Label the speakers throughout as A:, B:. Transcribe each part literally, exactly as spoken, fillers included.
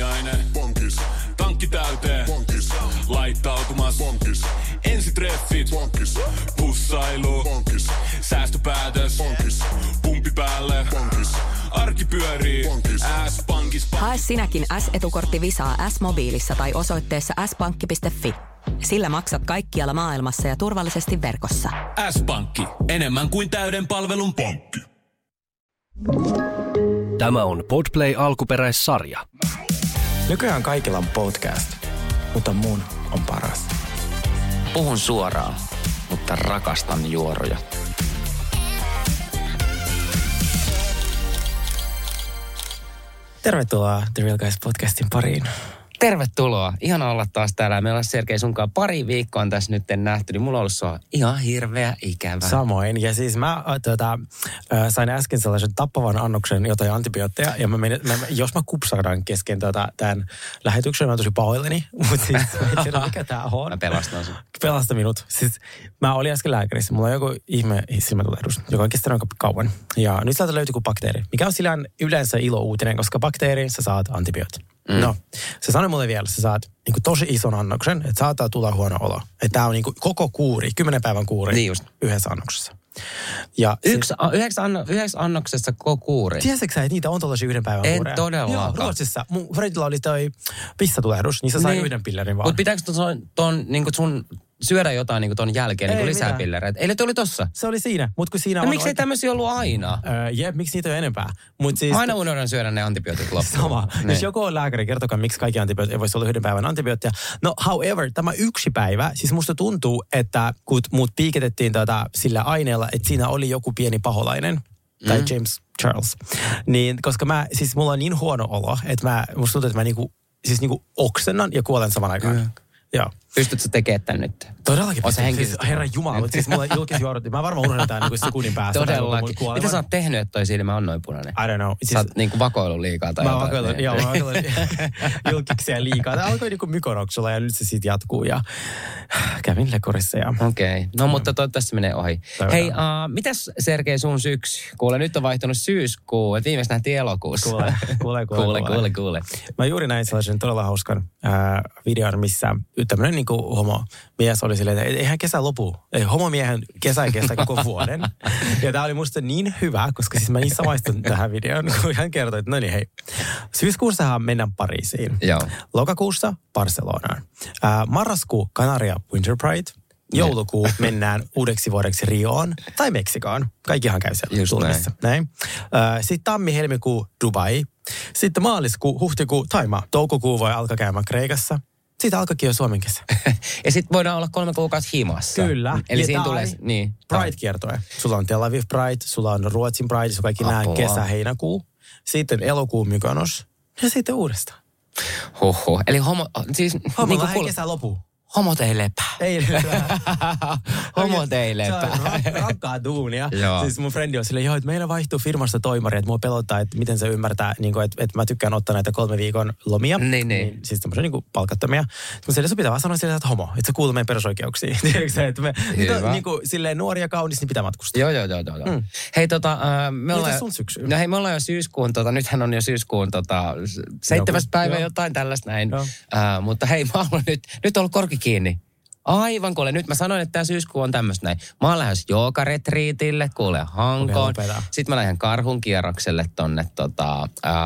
A: aamiainen.
B: Bonkis.
A: Tankki täyteen.
B: Bonkis.
A: Laittautumas.
B: Bonkis.
A: Ensitreffit.
B: Bonkis.
A: Pussailu.
B: Bonkis.
A: Säästöpäätös.
B: Bonkis.
A: Pumpi päälle.
B: Bonkis.
A: Arki pyörii.
B: Bonkis.
A: S-pankis.
C: Hae sinäkin S-etukortti Visaa S-mobiilissa tai osoitteessa s pankki piste fi. Sillä maksat kaikkialla maailmassa ja turvallisesti verkossa.
A: S-pankki. Enemmän kuin täyden palvelun pankki.
D: Tämä on Podplay alkuperäissarja.
E: Nykyään kaikilla on podcast, mutta mun on paras.
F: Puhun suoraan, mutta rakastan juoroja.
E: Tervetuloa The Real Guys podcastin pariin.
F: Tervetuloa. Ihana olla taas täällä. Meillä on Sergei sunkaan pari viikkoa on tässä nyt nähty, niin mulla on ollut sua ihan hirveä ikävä.
E: Samoin. Ja siis mä tuota, äh, sain äsken sellaisen tappavan annoksen jotain antibiootteja. Ja mä menin, mä, jos mä kupsahdan kesken tuota, tämän lähetyksen, mä oon tosi pahoillani. Mutta siis mä en tiedä, mikä tää on.
F: Mä pelastan sun.
E: Pelasta minut. Siis mä olin äsken lääkärissä. Mulla on joku ihme silmätulehdus, joka on kestänyt aika kauan. Ja nyt sieltä löytyi kuin bakteeri. Mikä on sillään yleensä ilo-uutinen, koska bakteeriin sä saat antibiootin. Mm. No, se sanoi mulle vielä, sä saat niin tosi ison annoksen, että saattaa tulla huono olo. Että tää on niin koko kuuri, kymmenen päivän kuuri
F: niin just.
E: Yhdessä annoksessa. Ja
F: Yksi, sit, yhdessä, anno, yhdessä annoksessa koko kuuri.
E: Tiesitkö sä, että niitä on tollaisia yhden päivän
F: en
E: kuureja? En
F: todellakaan.
E: Joo, Ruotsissa. Mun Fredilla oli toi pissatulehdus, niin sä sai niin. yhden pillerin vaan.
F: Mutta pitääkö ton, ton niin sun syödä jotain niin ton jälkeen niin lisää mitään. Pillereitä? Eilen tuli tossa.
E: Se oli siinä, mutta kun siinä
F: no,
E: on...
F: miksi ei tämmöisiä ollut aina?
E: Öö, jep, miksi niitä on enempää? Mut siis...
F: Mä aina unohdan syödä ne antibiootit loppuun.
E: Sama. Niin. Jos joku on lääkäri, kertokaa, miksi kaikki antibiootit ei voisi olla yhden päivän antibioottia. No, however, tämä yksi päivä, siis musta tuntuu, että kun mut piiketettiin tuota sillä aineella, että siinä oli joku pieni paholainen, mm. tai James Charles, niin koska mä, siis mulla on niin huono olo, että mä, musta tuntuu, että mä niinku, siis niinku oksennan ja kuolen saman aikaan. Mm. Joo.
F: Pystytkö sä tekemään tämän nyt?
E: Todellakin. Siis, herran jumala, mutta siis mulla julkisjuorot, mä varmaan unohdan tämän niin sekunnin päästä.
F: Todellakin. Mitä sä oot tehnyt, että toi silmä on noin punainen?
E: I don't know. Siis,
F: sä oot niinku vakoillut liikaa tai
E: mä
F: jotain.
E: Vakoillut, joo, mä vakoillut julkiksia liikaa. Tämä alkoi niinku mykoroksulla ja nyt se siitä jatkuu ja kävin lekorissa. Ja...
F: Okei. Okay. No mutta toivottavasti se menee ohi. Toivon. Hei, uh, mitäs Sergei sun syksy? Kuule, nyt on vaihtunut syyskuu, että viimeistä nähtiin elokuussa.
E: Kuule, kuule, kuule.
F: kuule, kuule, kuule.
E: Mä juuri näin sellaisen todella hauskan äh, videon, missä tämmöinen niinku homo mies oli silleen, että eihän kesä lopu. Ei, homomiehen kesä ei kestä koko vuoden. Ja tää oli musta niin hyvä, koska siis mä niin samaistun tähän videoon, kun hän kertoi, että no niin hei. Syyskuussahan mennään Pariisiin.
F: Joo.
E: Lokakuussa Barcelonaan. Äh, marraskuu Kanaria Winter Pride. Joulukuu mennään uudeksi vuodeksi Rioon tai Meksikoon. Kaikkihan käy siellä tunnissa. Näin. Näin. Sitten tammi-helmikuu Dubai. Sitten maaliskuu, huhtikuu Thaimaa. Toukokuu voi alkaa käymään Kreikassa. Siitä alkaakin jo Suomen kesä.
F: Ja sitten voidaan olla kolme kuukautta himassa.
E: Kyllä.
F: Eli
E: ja
F: siinä tulee, niin.
E: Pride-kiertoja. Sulla on Tel Aviv Pride, sulla on Ruotsin Pride, sulla kaikki nämä kesä-heinäkuu. Sitten elokuu Mykonos. Ja sitten uudestaan.
F: Huhhuh. Eli homo, siis...
E: Homo
F: niin
E: lähden kesä lopuu.
F: Homot ei lepää.
E: Ei lepää.
F: Homot ei lepää.
E: Se on rakkaa duunia. Siis mun frendi on silleen, joo, että meillä vaihtuu firmasta toimari, että mua pelottaa, että miten se ymmärtää, niin kuin, että, että mä tykkään ottaa näitä kolme viikon lomia.
F: Niin, niin.
E: niin siis tämmöisiä niin kuin palkattomia. Mutta silleen sun pitää vaan sanoa silleen, että homo, että se kuuluu meidän perusoikeuksiin. Tiedätkö että me, niitä, niin kuin silleen nuori ja kaunis, niin pitää matkustaa.
F: Joo, joo, joo. joo. Mm. Hei tota, äh, me ollaan...
E: Mitä sun syksy?
F: No hei, me ollaan jo syyskuun, tota, nythän on jo syyskuun tota, seitsemäs päivä jotain tällaista näin. Äh, mutta hei, mä oon nyt, nyt on ollut korki kiinni. Aivan, kuule. Nyt mä sanoin, että tämä syyskuu on tämmöistä näin. Mä oon lähes joogaretriitille, kuule, Hankoon. Sitten mä lähden karhun kierrokselle tonne tota, ää,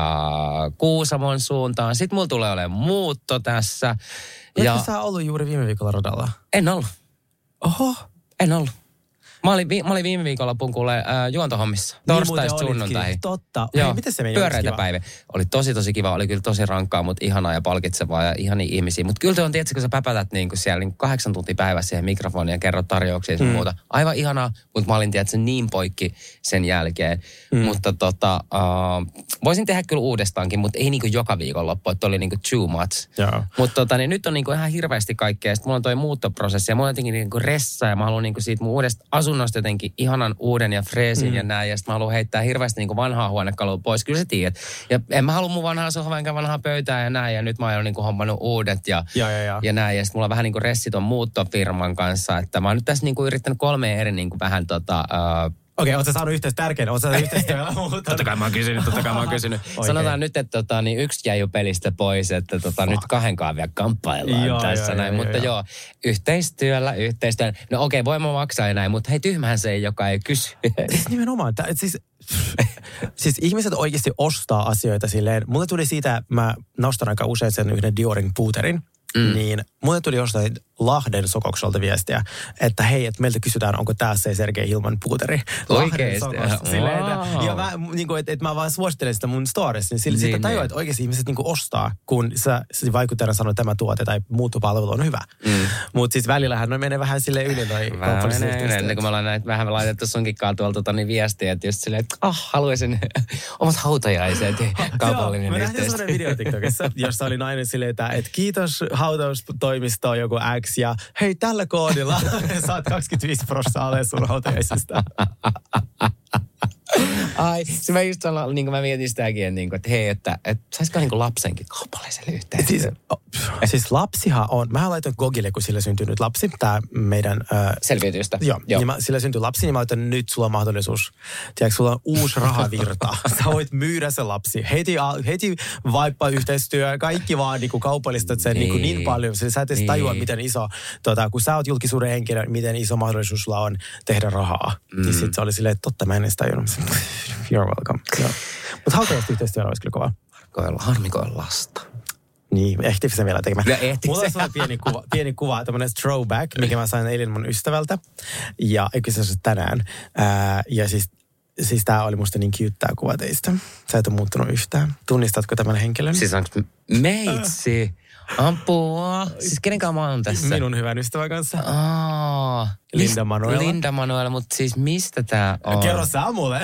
F: Kuusamon suuntaan. Sitten mulla tulee olemaan muutto tässä.
E: Oletko ja... sä ollut juuri viime viikolla radalla?
F: En ollut.
E: Oho.
F: En ollut. Mä olin, vi, mä olin viime viikonloppuun kuule äh, juontohommissa. Torstaista niin, sunnuntai.
E: Totta.
F: Joo,
E: hei, miten se meni?
F: Pyöreitä päivä. Oli tosi tosi kiva. Oli kyllä tosi rankkaa, mutta ihanaa ja palkitsevaa ja ihania ihmisiä. Mutta kyllä te on, tietysti, kun sä päpätät niin siellä niin kahdeksan tuntia päivässä siihen mikrofoniin ja kerrot tarjouksia ja sun mm. muuta. Aivan ihanaa, mutta mä olin tietysti niin poikki sen jälkeen. Mm. Mutta tota, uh, voisin tehdä kyllä uudestaankin, mutta ei niin kuin joka viikonloppu, että oli niin kuin too much. Mutta tota, niin nyt on niin kuin ihan hirveästi kaikkea. Sitten mulla on toi muuttoprosessi ja mulla on jotenkin niin kuin ressa ja mä haluan niin kuin siitä mun uudesta asunnosta jotenkin ihanan uuden ja freesin mm. ja näin. Ja sitten mä haluan heittää hirveästi niin kuin vanhaa huonekalua pois. Kyllä sä tiedät. Ja en mä halua mun vanhaa sohvaa enkä vanhaa pöytää ja näin. Ja nyt mä oon niin kuin hommannut uudet ja, ja, ja, ja. ja näin. Ja sitten mulla on vähän niin kuin ressi ton muuttofirman kanssa. Että mä oon nyt tässä niin kuin yrittänyt kolmeen eri niin kuin vähän tota... Uh,
E: Okei, ootko sä saanut yhteistä tärkeänä? Ootko sä yhteistyöllä muuta?
F: Totta kai mä oon kysynyt, totta kai mä oon kysynyt. Sanotaan nyt, että tota, niin yksi jäi jo pelistä pois, että tota, nyt kahdenkaan vielä kamppaillaan
E: joo,
F: tässä
E: joo,
F: näin.
E: joo,
F: Mutta
E: joo.
F: joo, yhteistyöllä, yhteistyöllä. No okei, voin mä maksaa ja näin, mutta hei tyhmähän se ei, joka ei kysy.
E: Siis nimenomaan. Tää, siis, siis ihmiset oikeasti ostaa asioita silleen. Mulle tuli siitä, mä nostan aika usein sen yhden Diorin puuterin. Mm. Niin mulle tuli jostain Lahden Sokoksolta viestiä, että hei, että meiltä kysytään, onko tää se Sergei Hilman puuteri.
F: Oikeesti?
E: Silleen, että, ja mä, niin kuin, että, että mä vaan suosittelen sitä mun stories, niin sillä niin, siitä tajuaa, että oikeasti ihmiset niin kuin ostaa, kun sä, sä vaikuttajana sanoo, että tämä tuote tai muuttopalvelu on hyvä. Mm. Mutta siis välillähän noin menee vähän silleen yli noi kaupalliset yhteistyöt.
F: Kun me ollaan näitä vähän laitettu sunkinkaan tuolta tota, niin viestiä, että just silleen, että ah, haluaisin omat hautajaiset, kaupallinen
E: yhteistyö. Mä
F: yhteistyö.
E: nähtiin sellainen video TikTokissa, jossa oli nainen silleen, että, että kiitos hautaustoimistoon joku X ja hei, tällä koodilla saat kaksikymmentäviisi prosenttia alle sun hautajaisista.
F: Ai, se mä just sanoin, niin kuin mä mietin sitäkin, niin kuin, että hei, että, että saisiko niin kuin lapsenkin kaupalliselle yhteistyölle?
E: Siis, oh, siis lapsihan on, mä laitoin Gogille, kun sillä syntyi nyt lapsi, tää meidän... Äh,
F: Selviytystä.
E: Joo, joo. Niin mä, sillä syntyi lapsi, niin mä laitan nyt sulla on mahdollisuus. Tiedätkö, sulla on uusi rahavirta. Sä voit myydä se lapsi. Heti, heti vaippa yhteistyö, kaikki vaan niin kuin kaupallistat sen niin, niin, niin paljon. Sä et edes niin. tajua, miten iso, tota, kun sä oot julkisuuden henkilö, miten iso mahdollisuus sulla on tehdä rahaa. Mm. Niin sit se oli silleen, että totta, mä en edes tajunnut. You're welcome. Mutta hautajaista yhteistyöllä olisi kyllä kovaa.
F: Harmi koe lasta.
E: Niin, ehtikö sen vielä tekemään?
F: Ja ehtikö
E: Mulla on sellainen pieni kuva, pieni kuva tämmöinen throwback, mikä mä sain eilen mun ystävältä. Ja eikö se ole tänään. Ää, ja siis, siis tää oli musta niin cute tää kuva teistä. Sä et ole muuttunut yhtään. Tunnistatko tämän henkilön?
F: Siis onko meitsi? Apua. Siis kenenkaan mä oon tässä?
E: Minun hyvän ystävän kanssa.
F: Aa,
E: Linda Manuela.
F: Linda Manuela, mutta siis mistä tää on?
E: Kerro sä mulle.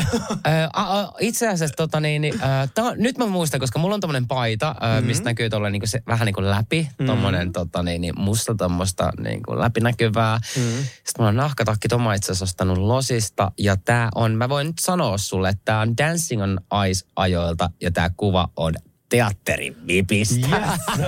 F: Itse asiassa tota niin, niin äh, tää, nyt mä muistan, koska mulla on tommonen paita, äh, mm-hmm. mistä näkyy tolle niinku se, vähän niinku läpi, mm-hmm. tommonen tota niin, niin musta tommosta niinku läpinäkyvää. Mm-hmm. Sitten mulla on nahkatakki, tomma itse asiassa ostanut Losista, ja tää on, mä voin nyt sanoa sulle, että tää on Dancing on Ice ajoilta, ja tää kuva on teatterin vipistä.
E: Yes.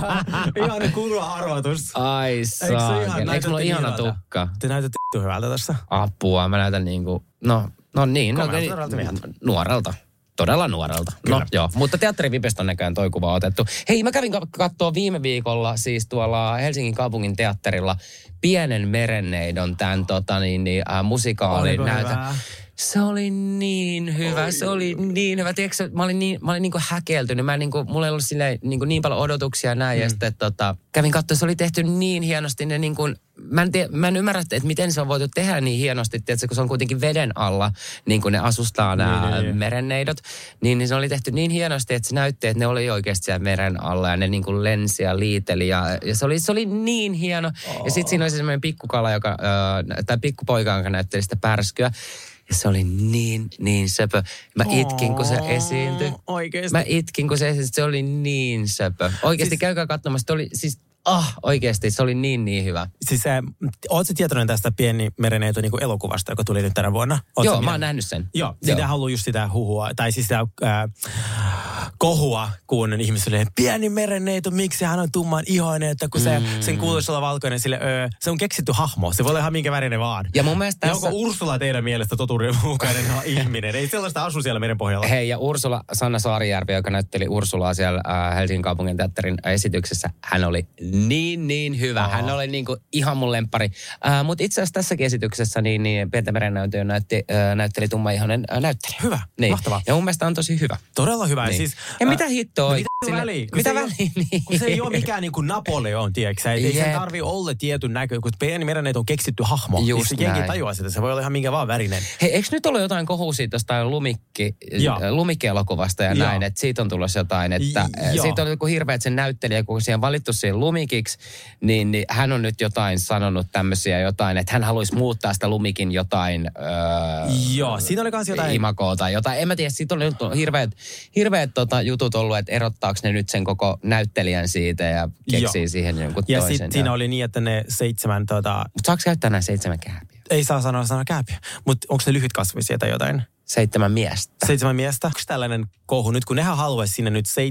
E: Ihan kurva arvotus.
F: Ai saa. Eikö mulla ole ihana tukka?
E: Te näytätte hyvältä tässä.
F: Apua, mä näytän niinku, no, no niin. No,
E: Komealta,
F: niin nuorelta. Todella nuorelta. Kyllä. No joo, mutta teatterin vipestä on näköjään toi kuva otettu. Hei, mä kävin katsoa viime viikolla siis tuolla Helsingin kaupungin teatterilla Pienen merenneidon tämän tota, niin, niin, äh, musikaalin näytä. Se oli niin hyvä, Oi. se oli niin hyvä. Tiedätkö, mä olin niin, mä olin niin kuin häkeltynyt. Mä niin kuin, mulla ei ollut silleen, niin, kuin niin paljon odotuksia näin. Mm. Ja sitten tota, kävin katsoa, se oli tehty niin hienosti. Ne niin kuin, mä, en tie, mä en ymmärrä, että miten se on voitu tehdä niin hienosti. Tiedätkö, kun se on kuitenkin veden alla, niin kuin ne asustaa nämä niin, niin. merenneidot. Niin, niin se oli tehty niin hienosti, että se näytti, että ne oli oikeasti siellä meren alla. Ja ne niin kuin lensi ja liiteli. Ja, ja se, oli, se oli niin hieno. Oh. Ja sitten siinä oli se semmoinen pikkukala, joka, äh, tai pikkupoika, joka näytteli sitä pärskyä. Ja se oli niin, niin söpö. Mä itkin, kun se esiintyi.
E: Oikeesti?
F: Mä itkin, kun se esiintyi. Se oli niin söpö. Oikeasti siis, käykää katsomassa. Se oli siis, ah, oikeasti, se oli niin, niin hyvä.
E: Siis äh, ootko tietoinen tästä Pieni merenneito niin kuin elokuvasta, joka tuli nyt tänä vuonna? Oot
F: Joo, mä oon nähnyt sen.
E: Joo, sitä haluaa just sitä huhua, tai siis sitä äh, kohua, kun ihmiset oli, Pieni merenneito, miksi hän on tumman ihoinen, että kun se, mm. sen kuuluisi olla valkoinen, sille öö, se on keksitty hahmo, se voi olla ihan minkä värinen vaan.
F: Ja mun mielestä tässä...
E: Ja onko Ursula teidän mielestä totuudenmukainen ihminen? Ei sellaista asu siellä meren pohjalla.
F: Hei, ja Ursula, Sanna Saarijärvi, joka näytteli Ursulaa siellä äh, Helsingin kaupungin teatterin esityksessä, hän oli niin, niin hyvä. Oh. Hän oli niinku ihan mun lemppari. Äh, Mutta itse asiassa tässäkin esityksessä niin, niin Pienten merenneitoja näytti, äh, näytteli tummaihoinen äh, näyttelijä.
E: Hyvä,
F: niin.
E: Mahtavaa.
F: Ja mun mielestä on tosi hyvä.
E: Todella hyvä.
F: Niin.
E: Siis,
F: ja äh, mitä hittoa?
E: Mitä Sille, väliä?
F: Mitä
E: väliä? Niin. Kun se ei ole mikään niin kuin Napoleon, tiedätkö? Ei sen tarvitse olla tietyn näkö, kun Pieni merenneito on keksitty hahmo.
F: Just
E: niin jengi tajuaa sitä. Se voi olla ihan minkä vaan värinen.
F: Hei, eikö nyt ollut jotain kohua siitä jostain lumikki, lumikkielokuvasta ja, ja näin, että siitä on tulossa jotain, että ja. siitä oli joku hirveä, että sen näyttelijä, kun siihen valittu siihen lumikiksi, niin, niin hän on nyt jotain sanonut tämmöisiä jotain, että hän haluaisi muuttaa sitä lumikin jotain öö,
E: Joo, siinä oli kans jotain
F: imagoa tai jotain. En mä tiedä, siitä oli hirveät, hirveät tota, jutut ollut, että erottaako ne nyt sen koko näyttelijän siitä ja keksii Joo. siihen jonkun
E: ja
F: toisen.
E: Sit ja siinä oli niin, että ne seitsemän... Tota...
F: Mutta saako käyttää nämä seitsemän kääpiä?
E: Ei saa sanoa sana kääpiä, mutta onko se lyhytkasvisia tai jotain?
F: Seitsemän miestä.
E: Seitsemän miestä. Onko tällainen kohu nyt, kun nehän haluaisi sinne nyt seitsemän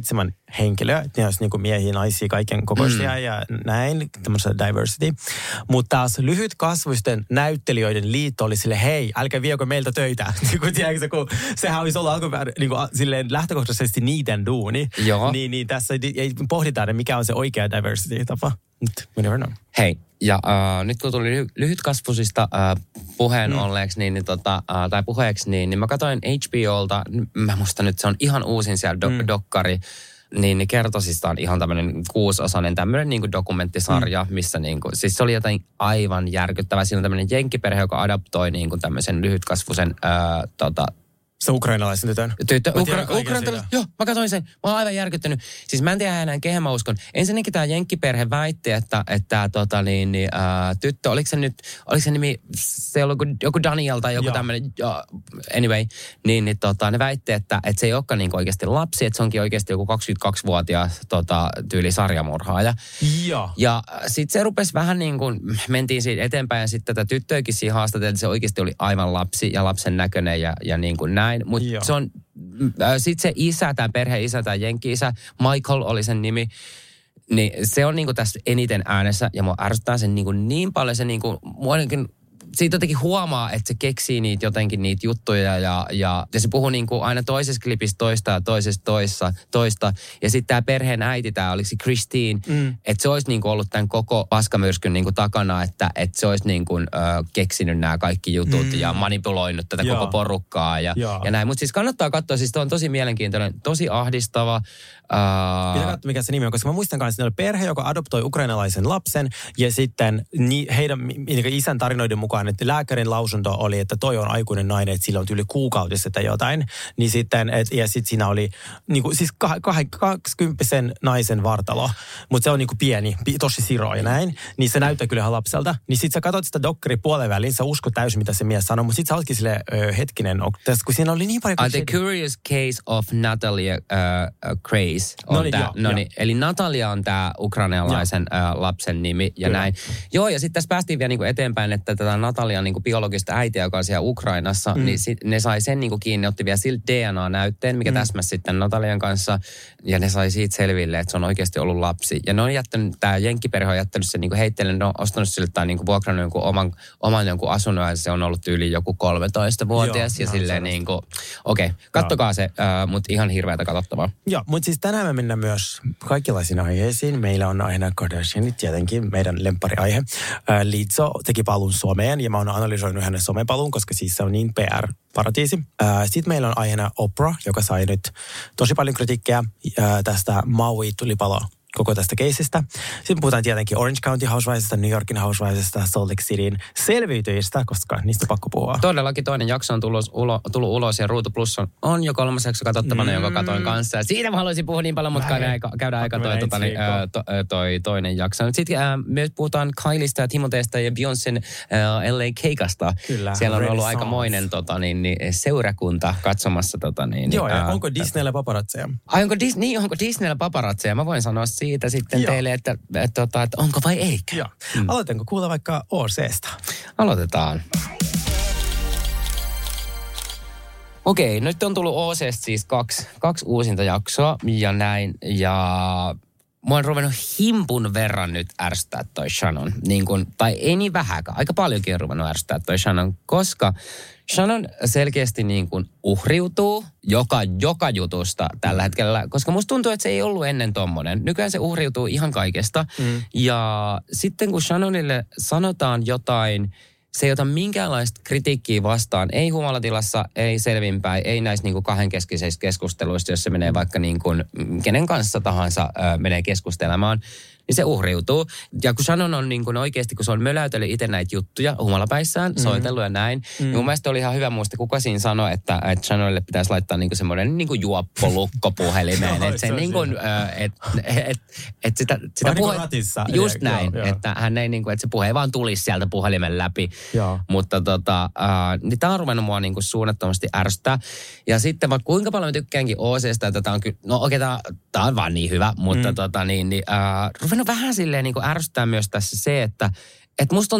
E: henkilö, että ne olisi niin kuin miehiä, naisia, kaiken kokoisia mm. ja näin, tämmöistä diversity. Mutta taas lyhytkasvuisten näyttelijöiden liitto oli sille, hei, älkää viekö meiltä töitä. kun, tiedätkö, kun sehän olisi ollut alkupäin niin kuin, silleen lähtökohtaisesti niiden duuni.
F: Joo.
E: Niin, niin tässä ei pohditaan, mikä on se oikea diversity-tapa. We never know.
F: Hei, ja äh, nyt kun tuli ly- lyhytkasvuisista äh, puheen mm. olleeksi, niin, niin, tota, äh, tai puheeksi, niin, niin mä katsoin H B O:lta, mä muistan nyt, se on ihan uusin siellä do- mm. dokkari, niin, niin kertoisista on ihan tämmöinen kuusiosainen tämmöinen niin kuin dokumenttisarja, mm. missä niin kuin, siis se oli jotain aivan järkyttävää. Siinä on tämmöinen jenkkiperhe, joka adoptoi niin kuin tämmöisen lyhytkasvuisen äh, tota,
E: se ukrainalaisen tytön.
F: Tyttö, Ukra- Ukrainalaisen, joo, mä katsoin sen. Mä oon aivan järkyttynyt. Siis mä en tiedä enää, kehen mä uskon. Ensinnäkin tää jenkkiperhe väitti, että, että tota niin, niin, ää, tyttö, oliko se nyt, oliko se nimi, se oli joku, joku Daniel tai joku tämmöinen, anyway, niin, niin tota, ne väitti, että, että se ei olekaan niin oikeasti lapsi, että se onkin oikeasti joku kaksikymmentäkaksivuotias tota, tyyli sarjamurhaaja.
E: Joo.
F: Ja sit se rupesi vähän niin kuin, mentiin siitä eteenpäin ja sitten tätä tyttöäkin siinä haastateltiin, että se oikeasti oli aivan lapsi ja lapsen näköinen ja, ja niin kuin näin. Mutta se on, äh, sitten se isä, tämä perheen isä, tämä jenkki-isä, Michael oli sen nimi, niin se on niinku tässä eniten äänessä ja mua ärsyttää sen niinku niin paljon, se niinku, mua ainakin, siitä jotenkin huomaa, että se keksii niitä jotenkin niitä juttuja ja, ja, ja se puhuu niinku aina toisessa klipissä toista ja toisessa toissa, toista. Ja sitten tämä perheen äiti, tämä oliko se Christine, mm. että se olisi niinku ollut tämän koko paskamyrskyn niinku takana, että, että se olisi niinku, ö, keksinyt nämä kaikki jutut mm. ja manipuloinut tätä Jaa. koko porukkaa ja, ja näin. Mutta siis kannattaa katsoa, siis tämä on tosi mielenkiintoinen, tosi ahdistava. Uh...
E: Pitää katsoa, mikä se nimi on, koska mä muistan kanssa, että oli perhe, joka adoptoi ukrainalaisen lapsen ja sitten ni, heidän isän tarinoiden mukaan, että lääkärin lausunto oli, että toi on aikuinen nainen, että sillä on yli kuukautista tai jotain. Niin sitten, et, ja sitten siinä oli niin kuin, siis kah, kah, kaksikymppisen naisen vartalo, mutta se on niin kuin pieni, tosi siro ja näin. Niin se näyttää kyllä ihan lapselta. Niin sitten sä katsot sitä dokkari puolen väliin, sä uskot täysin, mitä se mies sanoo, mutta sitten sä ootkin silleen, ö, hetkinen, tässä, kun siinä oli niin paljon...
F: Uh, the Curious Case of Natalia uh, uh, Craze.
E: No niin,
F: tää, no niin, eli Natalia on tämä ukrainalaisen uh, lapsen nimi ja Kyllä. näin. Joo, ja sitten tässä päästiin vielä niinku eteenpäin, että tätä Natalian niinku biologista äitiä, joka on siellä Ukrainassa, mm. niin sit, ne sai sen niinku kiinni, otti vielä siltä D N A-näytteen, mikä mm. täsmäsi sitten Natalian kanssa, ja ne sai siitä selville, että se on oikeasti ollut lapsi. Ja ne on jättänyt, tämä jenkkiperhe on jättänyt sen niinku heitteille, ne on ostanut siltä tai niinku vuokrannut jonkun oman, oman jonkun asunnon, ja se on ollut yli joku kolmetoistavuotias, Joo, ja silleen niinku, okei, okay, kattokaa Joo. se, uh, mutta ihan hirveätä katsottavaa.
E: Joo, mutta siis tänään me mennään myös kaikenlaisiin aiheisiin. Meillä on aina Kardashianit, tietenkin meidän lemppariaihe. Lizzo teki paluun Suomeen ja mä oon analysoinut hänen somepaluun, koska siis se on niin P R-paratiisi. Sitten meillä on aiheena Oprah, joka sai nyt tosi paljon kritiikkiä tästä Maui-tulipaloa. Koko tästä keisistä. Sitten puhutaan tietenkin Orange County Housewivesista, New Yorkin Housewivesista, Salt Lake Cityn selviytyjistä, koska niistä on pakko puhua.
F: Todellakin toinen jakso on tullut, ulo, tullut ulos ja Ruutu Plus on, on jo kolmas jakso katsottavana, mm. jonka katoin kanssa. Ja siitä mä haluaisin puhua niin paljon, mutta käydään aika, käydään aika toi, tota, niin, to, toi toinen jakso. Sitten äh, me puhutaan Kylista ja Timoteesta ja Beyoncén äh, L A-keikasta. Kyllä. Siellä on ollut aikamoinen tota, niin, niin, seurakunta katsomassa. Tota, niin,
E: Joo, ja
F: äh,
E: onko Disneyllä paparazzeja?
F: Ai, onko, Dis, niin, onko Disneyllä paparazzeja? Mä voin sanoa siitä sitten Joo. teille, että, että, että, että onko vai eikä.
E: Joo. Mm. Aloitanko kuulla vaikka O C:stä?
F: Aloitetaan. Okei, nyt on tullut O C:stä siis kaksi, kaksi uusinta jaksoa ja näin. Ja mä oon ruvennut himpun verran nyt ärsyttää toi Shannon. Niin kun, tai ei niin vähäkään, aika paljonkin on ruvennut ärsyttää toi Shannon, koska Shannon selkeästi niin kuin uhriutuu joka, joka jutusta tällä hetkellä, koska musta tuntuu, että se ei ollut ennen tommonen. Nykyään se uhriutuu ihan kaikesta. Mm. Ja sitten kun Shannonille sanotaan jotain, se ei ota minkäänlaista kritiikkiä vastaan. Ei humalatilassa, ei selvinpäin, ei näissä niin kuin kahdenkeskisissä keskusteluissa, jos se menee vaikka niin kuin kenen kanssa tahansa äh, menee keskustelemaan. Niin se uhriutuu. Ja kun Shannon on niin kuin oikeasti, kun se on möläytellyt itse näitä juttuja humalapäissään, mm. soitellut ja näin, mm. niin mun mielestä oli ihan hyvä muista, kuka siinä sanoi, että, että Shannonille pitäisi laittaa niin kuin semmoinen niin kuin juoppolukko puhelimeen. Että se niin kuin, että et, et sitä, sitä puhe...
E: Niin ratissa.
F: Just eli, näin, joo, että hän ei niin kuin, että se puhe ei vaan tulisi sieltä puhelimen läpi.
E: Joo.
F: Mutta tota, äh, niin tää on ruvennut mua niin kuin suunnattomasti ärsyttää. Ja sitten vaikka kuinka paljon mä tykkäänkin O C:stä, että tää on kyllä, no okei, okay, tää, tää on vaan niin hyvä, mutta mm. tota niin, niin äh, no vähän silleen niin kuin ärsyttää myös tässä se, että et musta tuntuu, että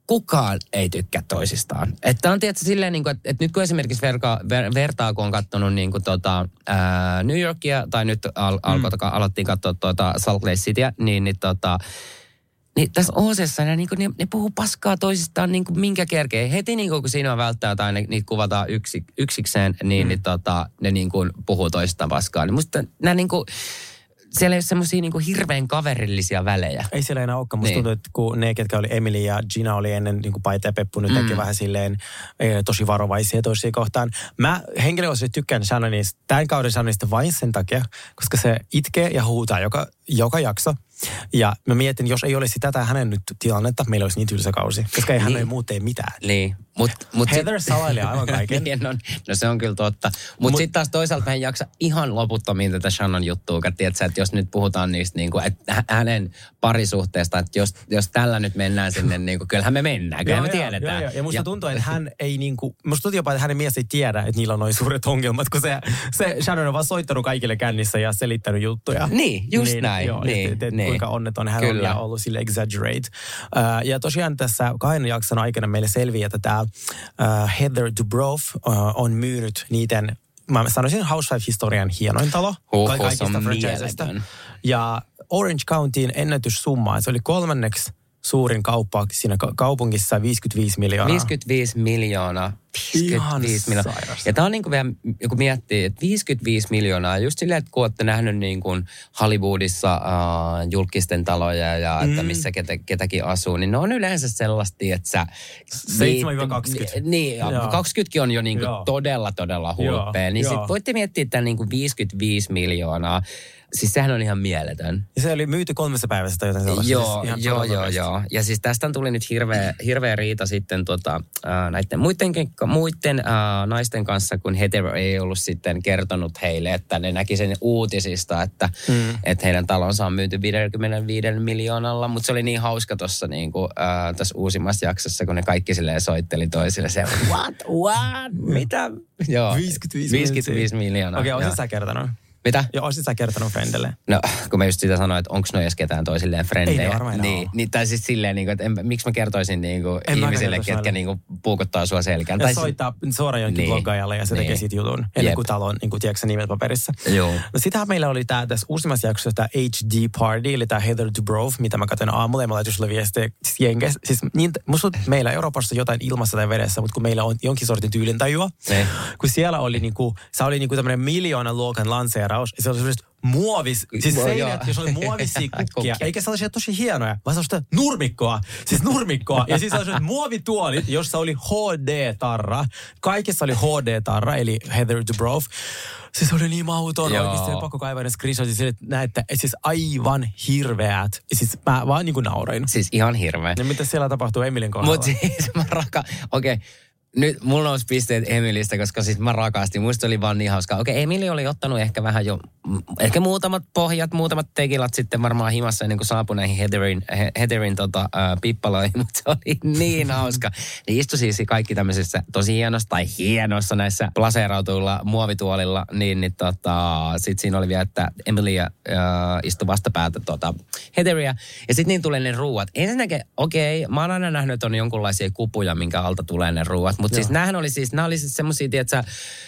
F: kukaan ei tykkää toisistaan. Että on tietysti silleen, niin kuin, että, että nyt kun esimerkiksi verka, ver, vertaa, kun on katsonut niin kuin, tota, ää, New Yorkia, tai nyt al, alko, mm. alettiin katsoa tuota Salt Lake Cityä, niin, niin, tota, niin tässä Oosessa ne, niin kuin, ne, ne puhuu paskaa toisistaan niin kuin minkä kerkeen. Heti niin kuin, kun siinä välttää tai ne, niitä kuvataan yksi, yksikseen, niin, mm. niin tota, ne niin kuin, puhuu toisistaan paskaa. Niin musta nämä niin kuin, siellä ei ole semmoisia niin kuin hirveän kaverillisia välejä.
E: Ei siellä enää olekaan. Musta
F: niin.
E: tuntuu, että kun ne, ketkä oli Emily ja Gina oli ennen niin kuin Paita ja Peppu, nyt teki mm. vähän silleen e, tosi varovaisia toisia kohtaan. Mä henkilökohtaisesti tykkään Shannonista, tämän kauden Shannonista vain sen takia, koska se itkee ja huutaa joka, joka jakso. Ja mä mietin, jos ei olisi tätä hänen nyt tilannetta, meillä olisi niin tylsä kausi, koska ei hän
F: niin.
E: ei muut tee mitään.
F: Niin. Mut, mut
E: Heather sit... salailee aivan kaiken.
F: niin, no, no se on kyllä totta. Mutta mut, sitten taas toisaalta mä en jaksa ihan loputtomiin tätä Shannon juttua, että, että jos nyt puhutaan niistä, niin kuin, että hänen parisuhteesta, että jos, jos tällä nyt mennään sinne, niin kuin, kyllähän me mennään, kyllähän me tiedetään.
E: Joo, joo. Ja musta ja, tuntuu, että hän ei niin kuin, musta tuntuu jopa, että hänen mies ei tiedä, että niillä on noin suuret ongelmat, kun se, se Shannon on vaan soittanut kaikille kännissä ja selittänyt juttuja.
F: Niin, just
E: niin,
F: näin.
E: Joo,
F: niin,
E: et, et,
F: niin.
E: Kuinka onneton hän
F: Kyllä.
E: on ja ollut sille exaggerate. Uh, ja tosiaan tässä kahden jakson aikana meille selviää, että tämä uh, Heather Dubrow uh, on myynyt niiden, mä sanoisin Housewife-historian hienoin talo.
F: Huhhuh,
E: kaikista franchisesta. Ja Orange Countyin ennätyssumma, se oli kolmanneksi suurin kauppa siinä kaupungissa, viisikymmentäviisi miljoonaa.
F: viisikymmentäviisi miljoonaa. viisikymmentäviisi miljoonaa. Ja tämä on niin kuin vielä, kun miettii, että viisikymmentäviisi miljoonaa, just silleen, että kun olette nähnyt niin kuin Hollywoodissa uh, julkisten taloja ja että mm. missä ketä, ketäkin asuu, niin ne on yleensä sellaista, että sä...
E: seitsemän kaksikymmentä.
F: Niin, ja kaksikymmentäkin on jo niin kuin todella, todella hulppea. Niin sitten voitte miettiä tämän niin kuin viisikymmentäviisi miljoonaa. Siis sehän on ihan mieletön.
E: Ja se oli myyty kolmessa päivässä tai jotain sellaista.
F: Joo, siis joo, joo, joo. Ja siis tästä tuli nyt hirveä, hirveä riita sitten tota, äh, näiden muiden, muiden äh, naisten kanssa, kun Heather ei ollut sitten kertonut heille, että ne näki sen uutisista, että, mm. että heidän talonsa on myyty viisikymmentäviisi miljoonalla. Mutta se oli niin hauska tuossa niin kuin, äh, tässä uusimmassa jaksossa, kun ne kaikki silleen soitteli toisille se, what, what, mitä? Joo, viisikymmentäviisi miljoonaa.
E: Okei, okay, olisit sä kertonut?
F: Mitä?
E: Ja olisit sä kertonut frendelle?
F: No, kun mä just sitä sanoin, että onko ne edes ketään toisilleen frendejä.
E: Ei ne varmaan
F: niin, niin, tai siis silleen, niin kuin, että en, miksi mä kertoisin niin kuin, ihmisille, ketkä niin kuin, puukottaa sua selkään.
E: Ja
F: tai
E: soittaa suoraan jonkin niin, bloggaajalle ja se niin, tekee siitä jutun. Ennen Jep. kuin talo on, niin kuin, tiedätkö nimet paperissa. Joo. No sitähän meillä oli tää, tässä uusimmassa jaksossa tämä H D Party, eli tämä Heather Dubrow, mitä mä katsoin aamulla ja mä laitin sulle viestiä siis jenkes. Siis niin, musta meillä Euroopassa jotain ilmassa tai vedessä, mutta kun meillä on jonkin sortin tyylintajua, ne. kun siellä oli niinku, se oli niinku tämmöinen miljoonan luokan lanseeraus, ja se oli semmoista muovis, siis seinät, jos oli muovisia kukkia, eikä sellaisia tosi hienoja, vaan sellaista nurmikkoa, siis nurmikkoa, ja siis sellaiset muovituolit, jossa oli H D-tarra, kaikessa oli H D-tarra, eli Heather Dubrow. Siis oli niin mauton, Joo. oikeasti oli pakko kaivaa ne screenshotit sille, että näette, että siis aivan hirveät. Siis mä vaan niin kuin naurain.
F: Siis ihan hirveä.
E: Ja mitä siellä tapahtuu Emilin kohdalla?
F: Mut siis mä raka... Okei. Okay. Nyt mulla nousi pisteet Emilistä, koska siis mä rakastin. Muista oli vaan niin hauskaa. Okei, Emili oli ottanut ehkä vähän jo, ehkä muutamat pohjat, muutamat tekilat sitten varmaan himassa ennen kuin saapui näihin Heatherin, Heatherin tota, äh, pippaloihin, mutta se oli niin hauska. Ne istui siis kaikki tämmöisissä tosi hienossa tai hienossa näissä plaseerautuilla muovituolilla, niin, niin tota, sitten siinä oli vielä, että Emily äh, istui vastapäätä tota, Heatheria. Ja sitten niin tulee ne ruuat. Ensinnäkin, okei, mä oon aina nähnyt, että on jonkunlaisia kupuja, minkä alta tulee ne ruuat. Mutta siis näähän oli siis, nämä oli siis semmosia, tietsä...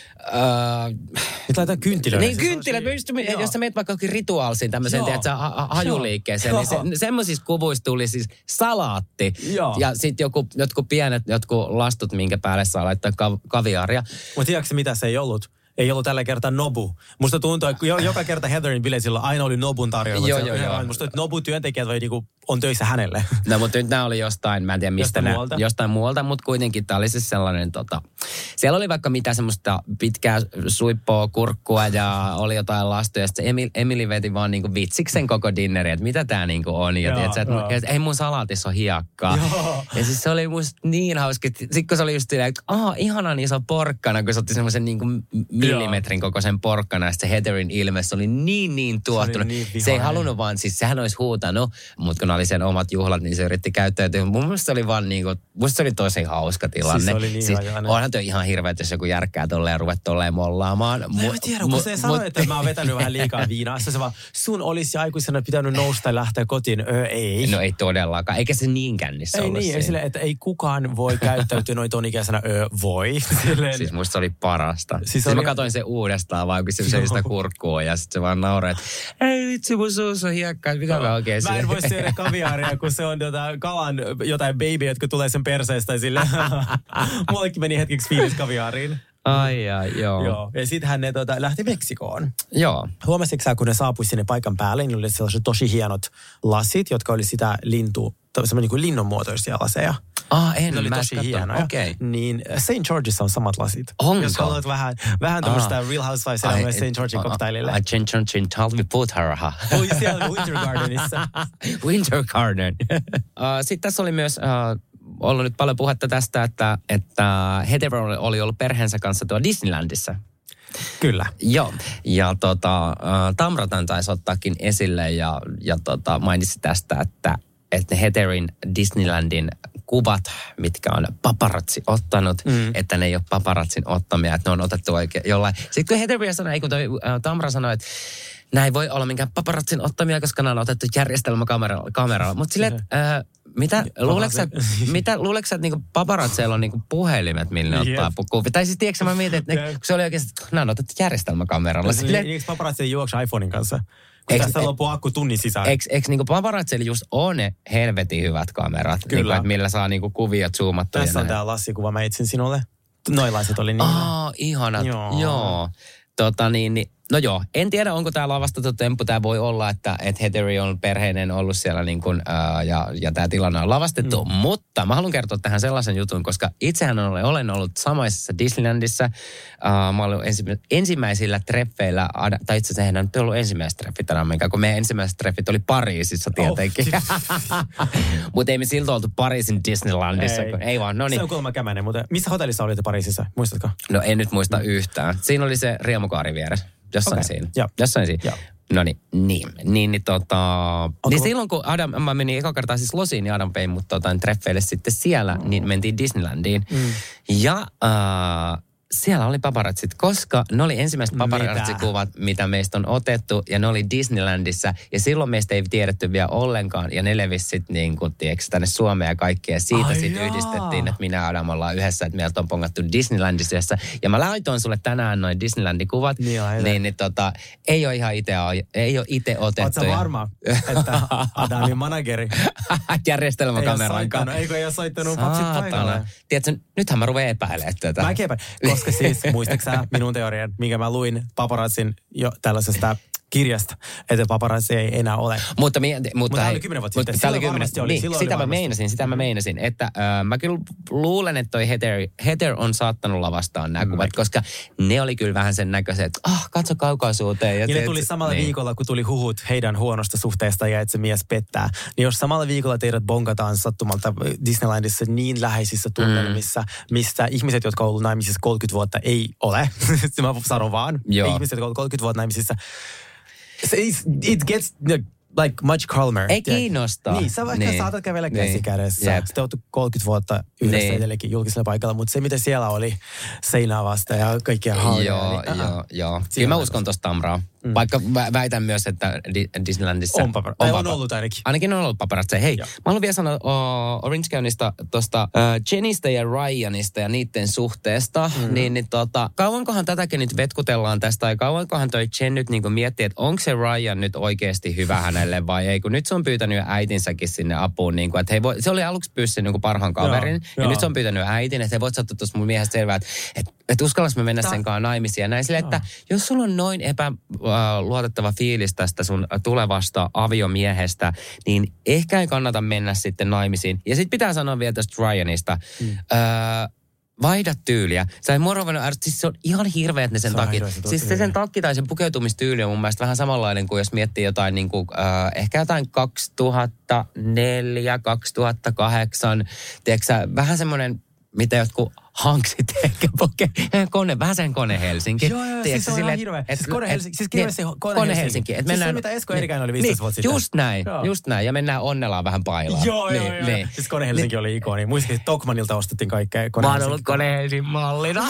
F: Öö,
E: nyt laitetaan kynttilöitä.
F: Niin, kynttilöitä. Siis, jos sä meet vaikka rituaalisiin tämmöiseen, tietsä, ha- hajuliikkeeseen, niin se, semmoisissa kuvuissa tuli siis salaatti. Joo. Ja sitten joku, jotkut pienet, jotkut lastut, minkä päälle saa laittaa kav- kaviaaria.
E: Mutta tiedätkö mitä se ei ollut? Ei ollut tällä kertaa Nobu. Musta tuntuu, että joka kerta Heatherin bileisillä aina oli Nobun tarjolla.
F: Joo, joo, joo.
E: Musta että Nobu-työntekijät vai niinku on töissä hänelle.
F: No, mutta nyt nämä oli jostain, mä en tiedä mistä
E: jostain
F: nämä,
E: muualta.
F: jostain muualta, mutta kuitenkin tämä oli siis sellainen, tota, siellä oli vaikka mitä semmoista pitkää suippoa, kurkkua ja oli jotain lastuja. Sitten Emil, Emili veti vaan niinku vitsiksen koko dinneri, että mitä tämä niinku on. Ja joo, tiedätkö, että et, ei mun salaatissa ole hiekkaa. Joo. Ja siis se oli musta niin hauska. Sitten kun se oli just silleen, että aha, ihanan iso porkkana, kun se otti semmoisen niinku millimetrin kokoisen porkkana. Ja se Heatherin ilme, se oli niin niin tuottunut. Se, niin se ei halunnut vaan, siis sehän olisi huutanut, mutta kun oli sen omat juhlat, niin se yritti käyttäytyä. Mun mielestä se oli vaan niin kuin, musta se oli tosi hauska tilanne.
E: Siis oli niin siis,
F: onhan tuo ihan hirveä, jos joku järkkää tolleen ja ruvet tolleen mollaamaan.
E: Mä en tiedä, kun se sanoi, että mä oon vetänyt vähän liikaa viinaa. Se vaan, sun olisi aikuisena pitänyt nousta ja lähteä kotiin. Öö, ei.
F: No ei todellakaan. Eikä se niin kännissä
E: ei
F: ollut
E: niin, ei sille, että ei kukaan voi käyttäytyä noin ton ikäisenä. Öö, voi. Silleen.
F: Siis musta se oli parasta. Siis,
E: siis
F: oli...
E: mä
F: katsoin sen uudestaan vaan, kun se söi sitä kurkkua ja sitten se vaan nauraa, että ei vitsi, mun suussa on hiekkaa, mitä no, mä oikein
E: Mä en voi syödä kaviaaria, kun se on jota, kalan jotain baby, jotka tulee sen perseestä ja sille. Mullekin meni hetkeksi fiilis kaviaariin.
F: Ai ai, joo.
E: joo. Ja sittenhän ne tota, lähti Meksikoon.
F: Joo.
E: Huomasitko sä, kun ne saapui sinne paikan päälle, niin oli sellaiset tosi hienot lasit, jotka oli sitä lintu, semmoinen niin kuin linnunmuotoisia laseja.
F: Ah, en,
E: ne oli tosi hienoja.
F: Okay.
E: Niin Saint Georgeissa on samat lasit.
F: Onko?
E: Jos haluat vähän, vähän tämmöistä ah. Real Housewives-elämää Saint Georgein koktailille.
F: Ai, chin chin chin talvi puutarha.
E: Oi, siellä Winter Gardenissa.
F: Winter Garden. uh, Sitten tässä oli myös... Uh, ollut nyt paljon puhetta tästä, että, että Heather oli ollut perheensä kanssa tuolla Disneylandissa.
E: Kyllä.
F: Joo, ja tota, Tamratan taisi ottaakin esille ja, ja tota, mainitsi tästä, että, että Heatherin Disneylandin kuvat, mitkä on paparazzi ottanut, mm. että ne ei ole paparazzin ottamia, että ne on otettu oikein jollain. Sitten kun Heather sanoi, ei kun toi, ä, Tamra sanoi, että näin voi olla minkään paparazzin ottamia, koska ne on otettu järjestelmäkameralla. Mutta silleen, että... Mitä? Luuleeko sä, mitä, luuleeko sä, että niinku paparazzeilla on niinku puhelimet, millä ne ottaa kuvia? Tai siis tiedätkö mä mietin, että ne, kun se oli oikeasti, että nämä on otettu järjestelmäkameralla.
E: Niin, eikö paparazzi juokse iPhonein kanssa? Kun eks, tästä loppuu akku tunnin sisään.
F: Eikö, eikö niinku paparazzeilla just on ne helvetin hyvät kamerat? Kyllä. Niinku, että millä saa niinku kuvia zoomattua.
E: Tässä on tää Lassi-kuva, mä etsin sinulle. Noilaiset oli niin.
F: Aa, ihanat. Joo. joo. Tota niin, niin, no joo, en tiedä onko tämä lavastettu temppu. Tämä voi olla, että, että Heatheri on perheinen ollut siellä niin kuin, ää, ja, ja tämä tilanne on lavastettu. Mm. Mutta mä haluan kertoa tähän sellaisen jutun, koska itsehän olen, olen ollut samaisessa Disneylandissa. Ää, mä olen ensimmä, ensimmäisillä treffeillä, tai itse asiassa eihän nyt ollut ensimmäiset treffit enää, kun meidän ensimmäiset treffit oli Pariisissa tietenkin. Oh. Mutta ei me siltä oltu Pariisin Disneylandissa. Ei, ei vaan, no niin.
E: Se on kuulemma kämäinen, mutta missä hotellissa olitte Pariisissa, muistatko?
F: No en nyt muista yhtään. Siinä oli se riemukaari vieressä. Jossain okay. siinä.
E: Joo.
F: Jossain siinä.
E: Joo.
F: No niin, niin, niin, niin tota... Niin silloin kun Adam, mä menin eka kertaa siis Losiin ja Adam vein mut tota, treffeille sitten siellä, mm. niin mentiin Disneylandiin. Mm. Ja äh, siellä oli paparazzit, koska ne oli ensimmäiset paparazzikuvat, mitä meistä on otettu, ja ne oli Disneylandissa, ja silloin meistä ei tiedetty vielä ollenkaan, ja ne levisi sitten niin kuin, tiedätkö, tänne Suomeen ja kaikkea, ja siitä sitten yhdistettiin, että minä ja Adam ollaan yhdessä, että meiltä on pongattu Disneylandissa, ja mä laitoin sulle tänään noin Disneylandin kuvat, niin, niin, niin tota, ei ole ihan itse, ei ole itse otettu.
E: Oletko varma, että Adamin manageri
F: järjestelmäkameran kanssa?
E: Eikö ei ole soittanut papsit paikalle?
F: Tiedätkö, nythän mä ruven epäilemään tätä.
E: Mä epäilen, koska siis, muistatko sä minun teorian, minkä mä luin paparazzin jo tällaisesta kirjasta, että paparazzi ei enää ole.
F: Mutta, mi, mutta,
E: mutta tämä oli kymmenen vuotta sitten.
F: Silloin varmasti oli. Niin, sitä mä meinasin, sitä mä meinasin, että äh, mä kyllä luulen, että toi Heather, Heather on saattanut lavastaa nämä mm. kuvat, koska ne oli kyllä vähän sen näköiset, että ah, katso kaukaisuuteen. Ja,
E: ja ne tuli samalla niin. viikolla, kun tuli huhut heidän huonosta suhteesta ja että se mies pettää. Niin jos samalla viikolla teidät bonkataan sattumalta Disneylandissa niin läheisissä tunnelmissa, mm. missä ihmiset, jotka on ollut naimisissa kolmekymmentä vuotta, ei ole. Mä sanon vaan. Joo. Ihmiset, jotka on ollut kolmekymmentä vuotta naimisissa. It gets like much calmer.
F: Ei kiinnostaa.
E: Niin, sä vaikka niin. saatat kävellä käsi niin. kädessä. Yep. Sitten olet kolmekymmentä vuotta yhdessä niin. edelleenkin julkisella paikalla, mutta se mitä siellä oli seinää vasta ja kaikkia halleja.
F: Joo, niin, joo, joo. Kyllä mä uskon tosta Tamraa. Mm. Vaikka väitän myös, että Disneylandissa
E: on, papar- on, on ollut ainakin.
F: Ainakin on ollut paparazzi. Hei, joo. Mä haluan vielä sanoa uh, Orange Countysta tuosta uh, Jenistä ja Ryanista ja niiden suhteesta. Mm. Niin, niin tota, kauankohan tätäkin nyt vetkutellaan tästä ja kauankohan toi Jen nyt niin miettii, että onko se Ryan nyt oikeasti hyvä hänelle vai ei. Kun nyt se on pyytänyt jo äitinsäkin sinne apuun. Niin kuin, että hei, voi, se oli aluksi pyyssä niin parhaan kaverin. Joo, ja joo. nyt se on pyytänyt äitin, että hei, voit sä ottaa tuossa mun miehestä selvää, että et, et uskallas me mennä Tää... sen kanssa naimisiin. Ja näin silleen, että jos sulla on noin epä... luotettava fiilis tästä sun tulevasta aviomiehestä, niin ehkä ei kannata mennä sitten naimisiin. Ja sitten pitää sanoa vielä tästä Ryanista. Mm. Öö, vaihda tyyliä. Sä ei muorovannut, siis se on ihan hirveä, että ne sen takit. Siis se sen takki tai sen pukeutumistyyli on mun mielestä vähän samanlainen kuin jos miettii jotain niin kuin, äh, ehkä jotain kaksituhattaneljä, kaksituhattakahdeksan. Tiedätkö sä, vähän semmoinen, mitä jotkut Hanksit ehkä poke, kone, vähän sen Kone Helsinki.
E: Joo, joo, siis se on ihan hirveä. Siis Kone Helsinki, siis kirjallisesti Kone,
F: Kone
E: Helsinki.
F: Helsinki.
E: Siis mennään, se, mitä Esko Eerikäinen oli viisitoista vuotta sitten.
F: Just näin, joo. just näin. Ja mennään Onnelaan vähän pailaan.
E: Joo,
F: niin,
E: joo, joo.
F: Niin.
E: Siis Kone Helsinki niin. oli ikoni. Muistatko, että Tokmanilta ostettiin kaikkea Kone
F: Mä oon
E: Helsinki.
F: ollut Kone Helsingin mallina.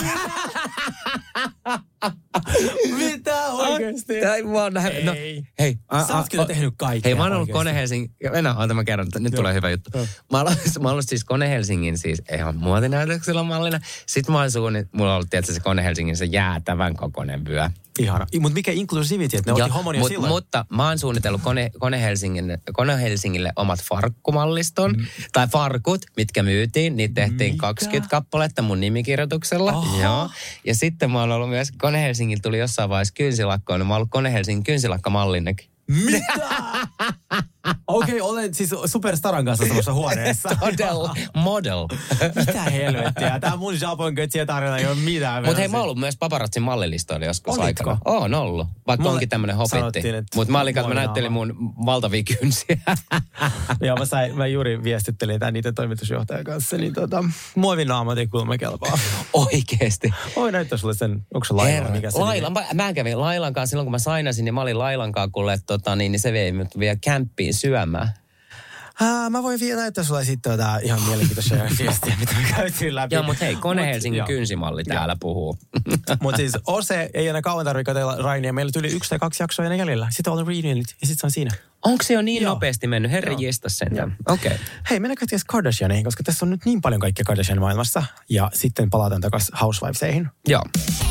E: Mitä oikeesti?
F: Tai mä oon nähnyt. No, hei.
E: Sä oot kyllä tehnyt kaikkea.
F: Hei, mä oon ollut Kone Helsingin. Mennään, ota mä kerron. Nyt tulee hyvä juttu. Mä oon ollut siis Kone Helsingin siis ihan muotinäytöksellä mallina. Sitten mä oon suunnit, mulla on ollut tietysti se Kone Helsingin se jäätävän kokoinen vyö.
E: Ihana. Mutta mikä inklusiivity, että ne otti homon jo
F: mut,
E: silloin.
F: Mutta mä oon suunnitellut Kone, Kone, Helsingille, Kone Helsingille omat farkkumalliston. Mm. Tai farkut, mitkä myytiin. Niitä tehtiin mikä? kaksikymmentä kappaletta mun nimikirjoituksella. Joo. Ja sitten mä oon ollut myös, Kone Helsingillä tuli jossain vaiheessa kynsilakkoon. Mä oon ollut Kone Helsingin kynsilakkamallinnekin.
E: Mitä? Okei, okay, olen siis superstaran kanssa samassa huoneessa.
F: Todella. Model.
E: Mitä helvettiä? Tää mun Japon kötsiä tarina ei ole mitään.
F: Mutta hei, mä oon ollut myös paparazzin mallilistoilla joskus
E: Olitko?
F: aikana. Oon ollut. Vaikka
E: Mulle
F: onkin tämmönen hopitti. Mutta mä olin kanssa, mä näyttelin mun valtavia kynsiä.
E: Joo, mä, sain, mä juuri viestittelin tämän niiden toimitusjohtajan kanssa, niin tota, muovinaamat ei kuulemma kelpaa.
F: Oikeesti.
E: Oi näyttää sulle sen, onko se Laila? Mikä se
F: Laila, mä, mä kävin Lailan kanssa silloin, kun mä sainasin, niin mä olin Lailan kanssa, kuule, tota, niin, niin se vei mut vielä kämppiin syömään.
E: Ah, mä voin vielä näyttää sulle sitten tota, ihan mielenkiintoisia viestiä, mitä me käytiin läpi.
F: Joo, mutta hei, Kone Helsingin kynsimalli täällä puhuu.
E: Mutta siis Ose ei enää kauan tarvitse katsella Rainia. Meillä tuli yksi tai kaksi jaksoa enää jäljellä. Sitten on reunionit ja sitten se on siinä.
F: Onko se jo niin
E: Joo.
F: nopeasti mennyt? Herra jestas sentään. Okei. Okay.
E: Hei, mennään katsomaan Kardashianeihin, koska tässä on nyt niin paljon kaikkia Kardashian maailmassa. Ja sitten palataan takaisin Housewivesihin.
F: Joo.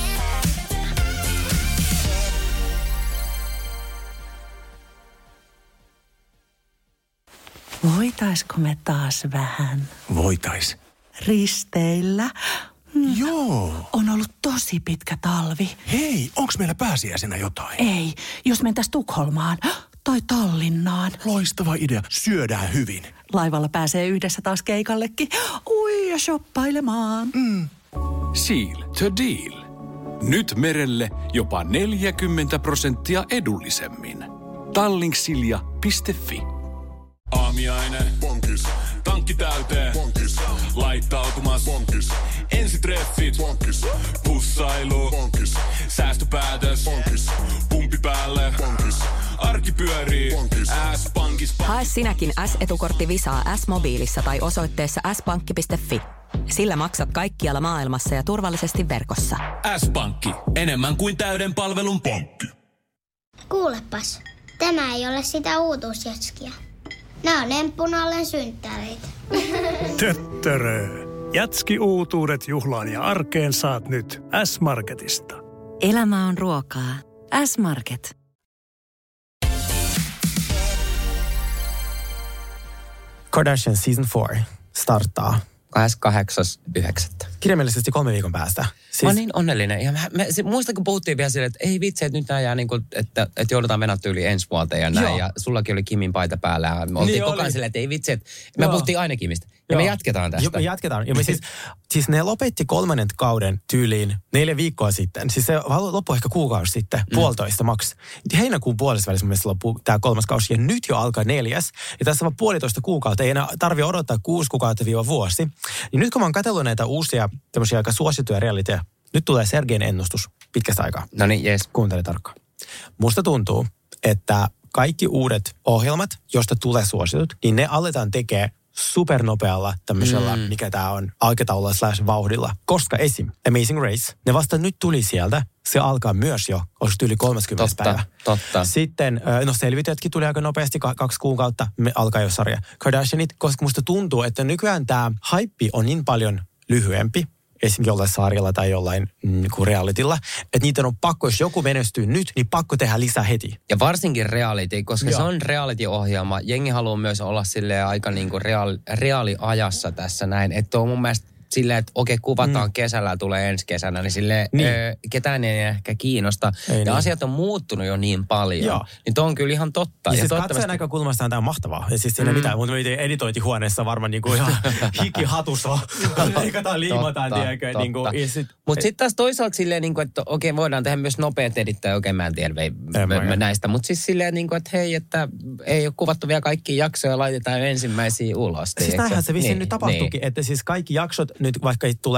B: Voitaisko me taas vähän
G: Voitais.
B: risteillä? Mm.
G: Joo.
B: On ollut tosi pitkä talvi.
G: Hei, onks meillä pääsiäisenä jotain?
B: Ei, jos mentäis Tukholmaan tai Tallinnaan.
G: Loistava idea. Syödään hyvin.
B: Laivalla pääsee yhdessä taas keikallekin. Ui, ja shoppailemaan.
G: Mm.
H: Seal to deal. Nyt merelle jopa neljäkymmentä prosenttia edullisemmin. Tallingsilja piste fi.
A: Aamiainen. Bonkis. Tankki täyteen. Bonkis. Laittautumas. Bonkis. Ensitreffit. Bonkis. Pussailu. Bonkis. Säästöpäätös. Bonkis. Pumpi päälle. Bonkis. Arki pyörii. Bonkis. S-pankis.
C: Hae sinäkin S-etukortti Visaa S-mobiilissa tai osoitteessa s pankki piste fi. Sillä maksat kaikkialla maailmassa ja turvallisesti verkossa.
A: S-pankki. Enemmän kuin täyden palvelun pankki.
I: Kuulepas, tämä ei ole sitä uutuusjatskia. Nämä on emppunallen synttäreitä.
J: Töttörö. Jatski-uutuudet juhlaan ja arkeen saat nyt S-Marketista.
K: Elämä on ruokaa. S-Market.
E: Kardashian Season neljä starttaa.
F: kahdeskymmeneskahdeksas yhdeksättä
E: Kirjaimellisesti kolme viikon päästä.
F: Siis... Mä oon niin onnellinen. Ja mä, mä, se, muistan, kun puhuttiin vielä silleen, että ei vitsi, että nyt nää jää niin kuin, että, että joudutaan mennä tyyliin ensi vuoteen ja näin. Joo. Ja sullakin oli Kimin paita päällä. Ja me oltiin niin koko ajan silleen, että ei vitsi, että me Joo. puhuttiin aina Kimistä. Ja Joo. me jatketaan tästä.
E: Jo, me jatketaan. Ja me siis, siis ne lopetti kolmannen kauden tyyliin neljä viikkoa sitten. Siis se loppui ehkä kuukausi sitten, mm. puolitoista maks. Heinäkuun puolessa välissä mielestäni loppuu tämä kolmas kausi. Ja nyt jo alkaa neljäs. Ja tässä on puolitoista kuukautta. Ei enää tarvitse odottaa kuusi kuukautta viiva vuosi. Ja nyt kun mä oon katsellut näitä uusia tämmöisiä aika suosittuja realityjä, nyt tulee Sergein ennustus pitkästä aikaa.
F: No niin, jes.
E: Kuuntele tarkkaan. Musta tuntuu, että kaikki uudet ohjelmat, joista tulee suositut, niin ne aletaan tekemään supernopealla tämmöisellä, mm. mikä tää on, aikataululla slash vauhdilla. Koska esim. Amazing Race, ne vasta nyt tuli sieltä. Se alkaa myös jo, olisiko yli kolmaskymmenes
F: totta,
E: päivä.
F: Totta.
E: Sitten, no Selvityjätkin tuli aika nopeasti, kaksi kuukautta, me alkaa jo sarja. Kardashianit, koska musta tuntuu, että nykyään tämä haippi on niin paljon lyhyempi, esimerkiksi jollain sarjalla tai jollain mm, realitylla, että niitä on pakko, jos joku menestyy nyt, niin pakko tehdä lisää heti.
F: Ja varsinkin reality, koska Joo. se on reality-ohjelma. Jengi haluaa myös olla silleen aika niinku reaali, reaaliajassa tässä näin, että on mun mielestä silleen, että okei, kuvataan mm. kesällä, tulee ensi kesänä, niin silleen niin. Öö, ketään ei ehkä kiinnosta. Ei ja niin. asiat on muuttunut jo niin paljon. Joo. Niin tuo on kyllä ihan totta.
E: Ja, ja siis
F: toivottavasti... katsojan
E: näkökulmastaan tämä on mahtavaa. Ja siis siinä mm. mitään, mutta me editointihuoneessa varmaan niinku ihan hikihatussa. Leikataan, liimataan, tiedäkö. Niinku, sit...
F: Mutta sitten taas toisaalta silleen, niinku, että okei, voidaan tehdä myös nopeat edittää. Okei, mä en tiedä vei, me, me näistä. Mutta siis silleen, niinku, että hei, että ei ole kuvattu vielä kaikki jaksoja ja laitetaan ensimmäisiä ulos.
E: Siis näinhän se vissiin niin, nyt tapahtuukin, niin. Että siis kaikki jaksot nyt vaikka tulee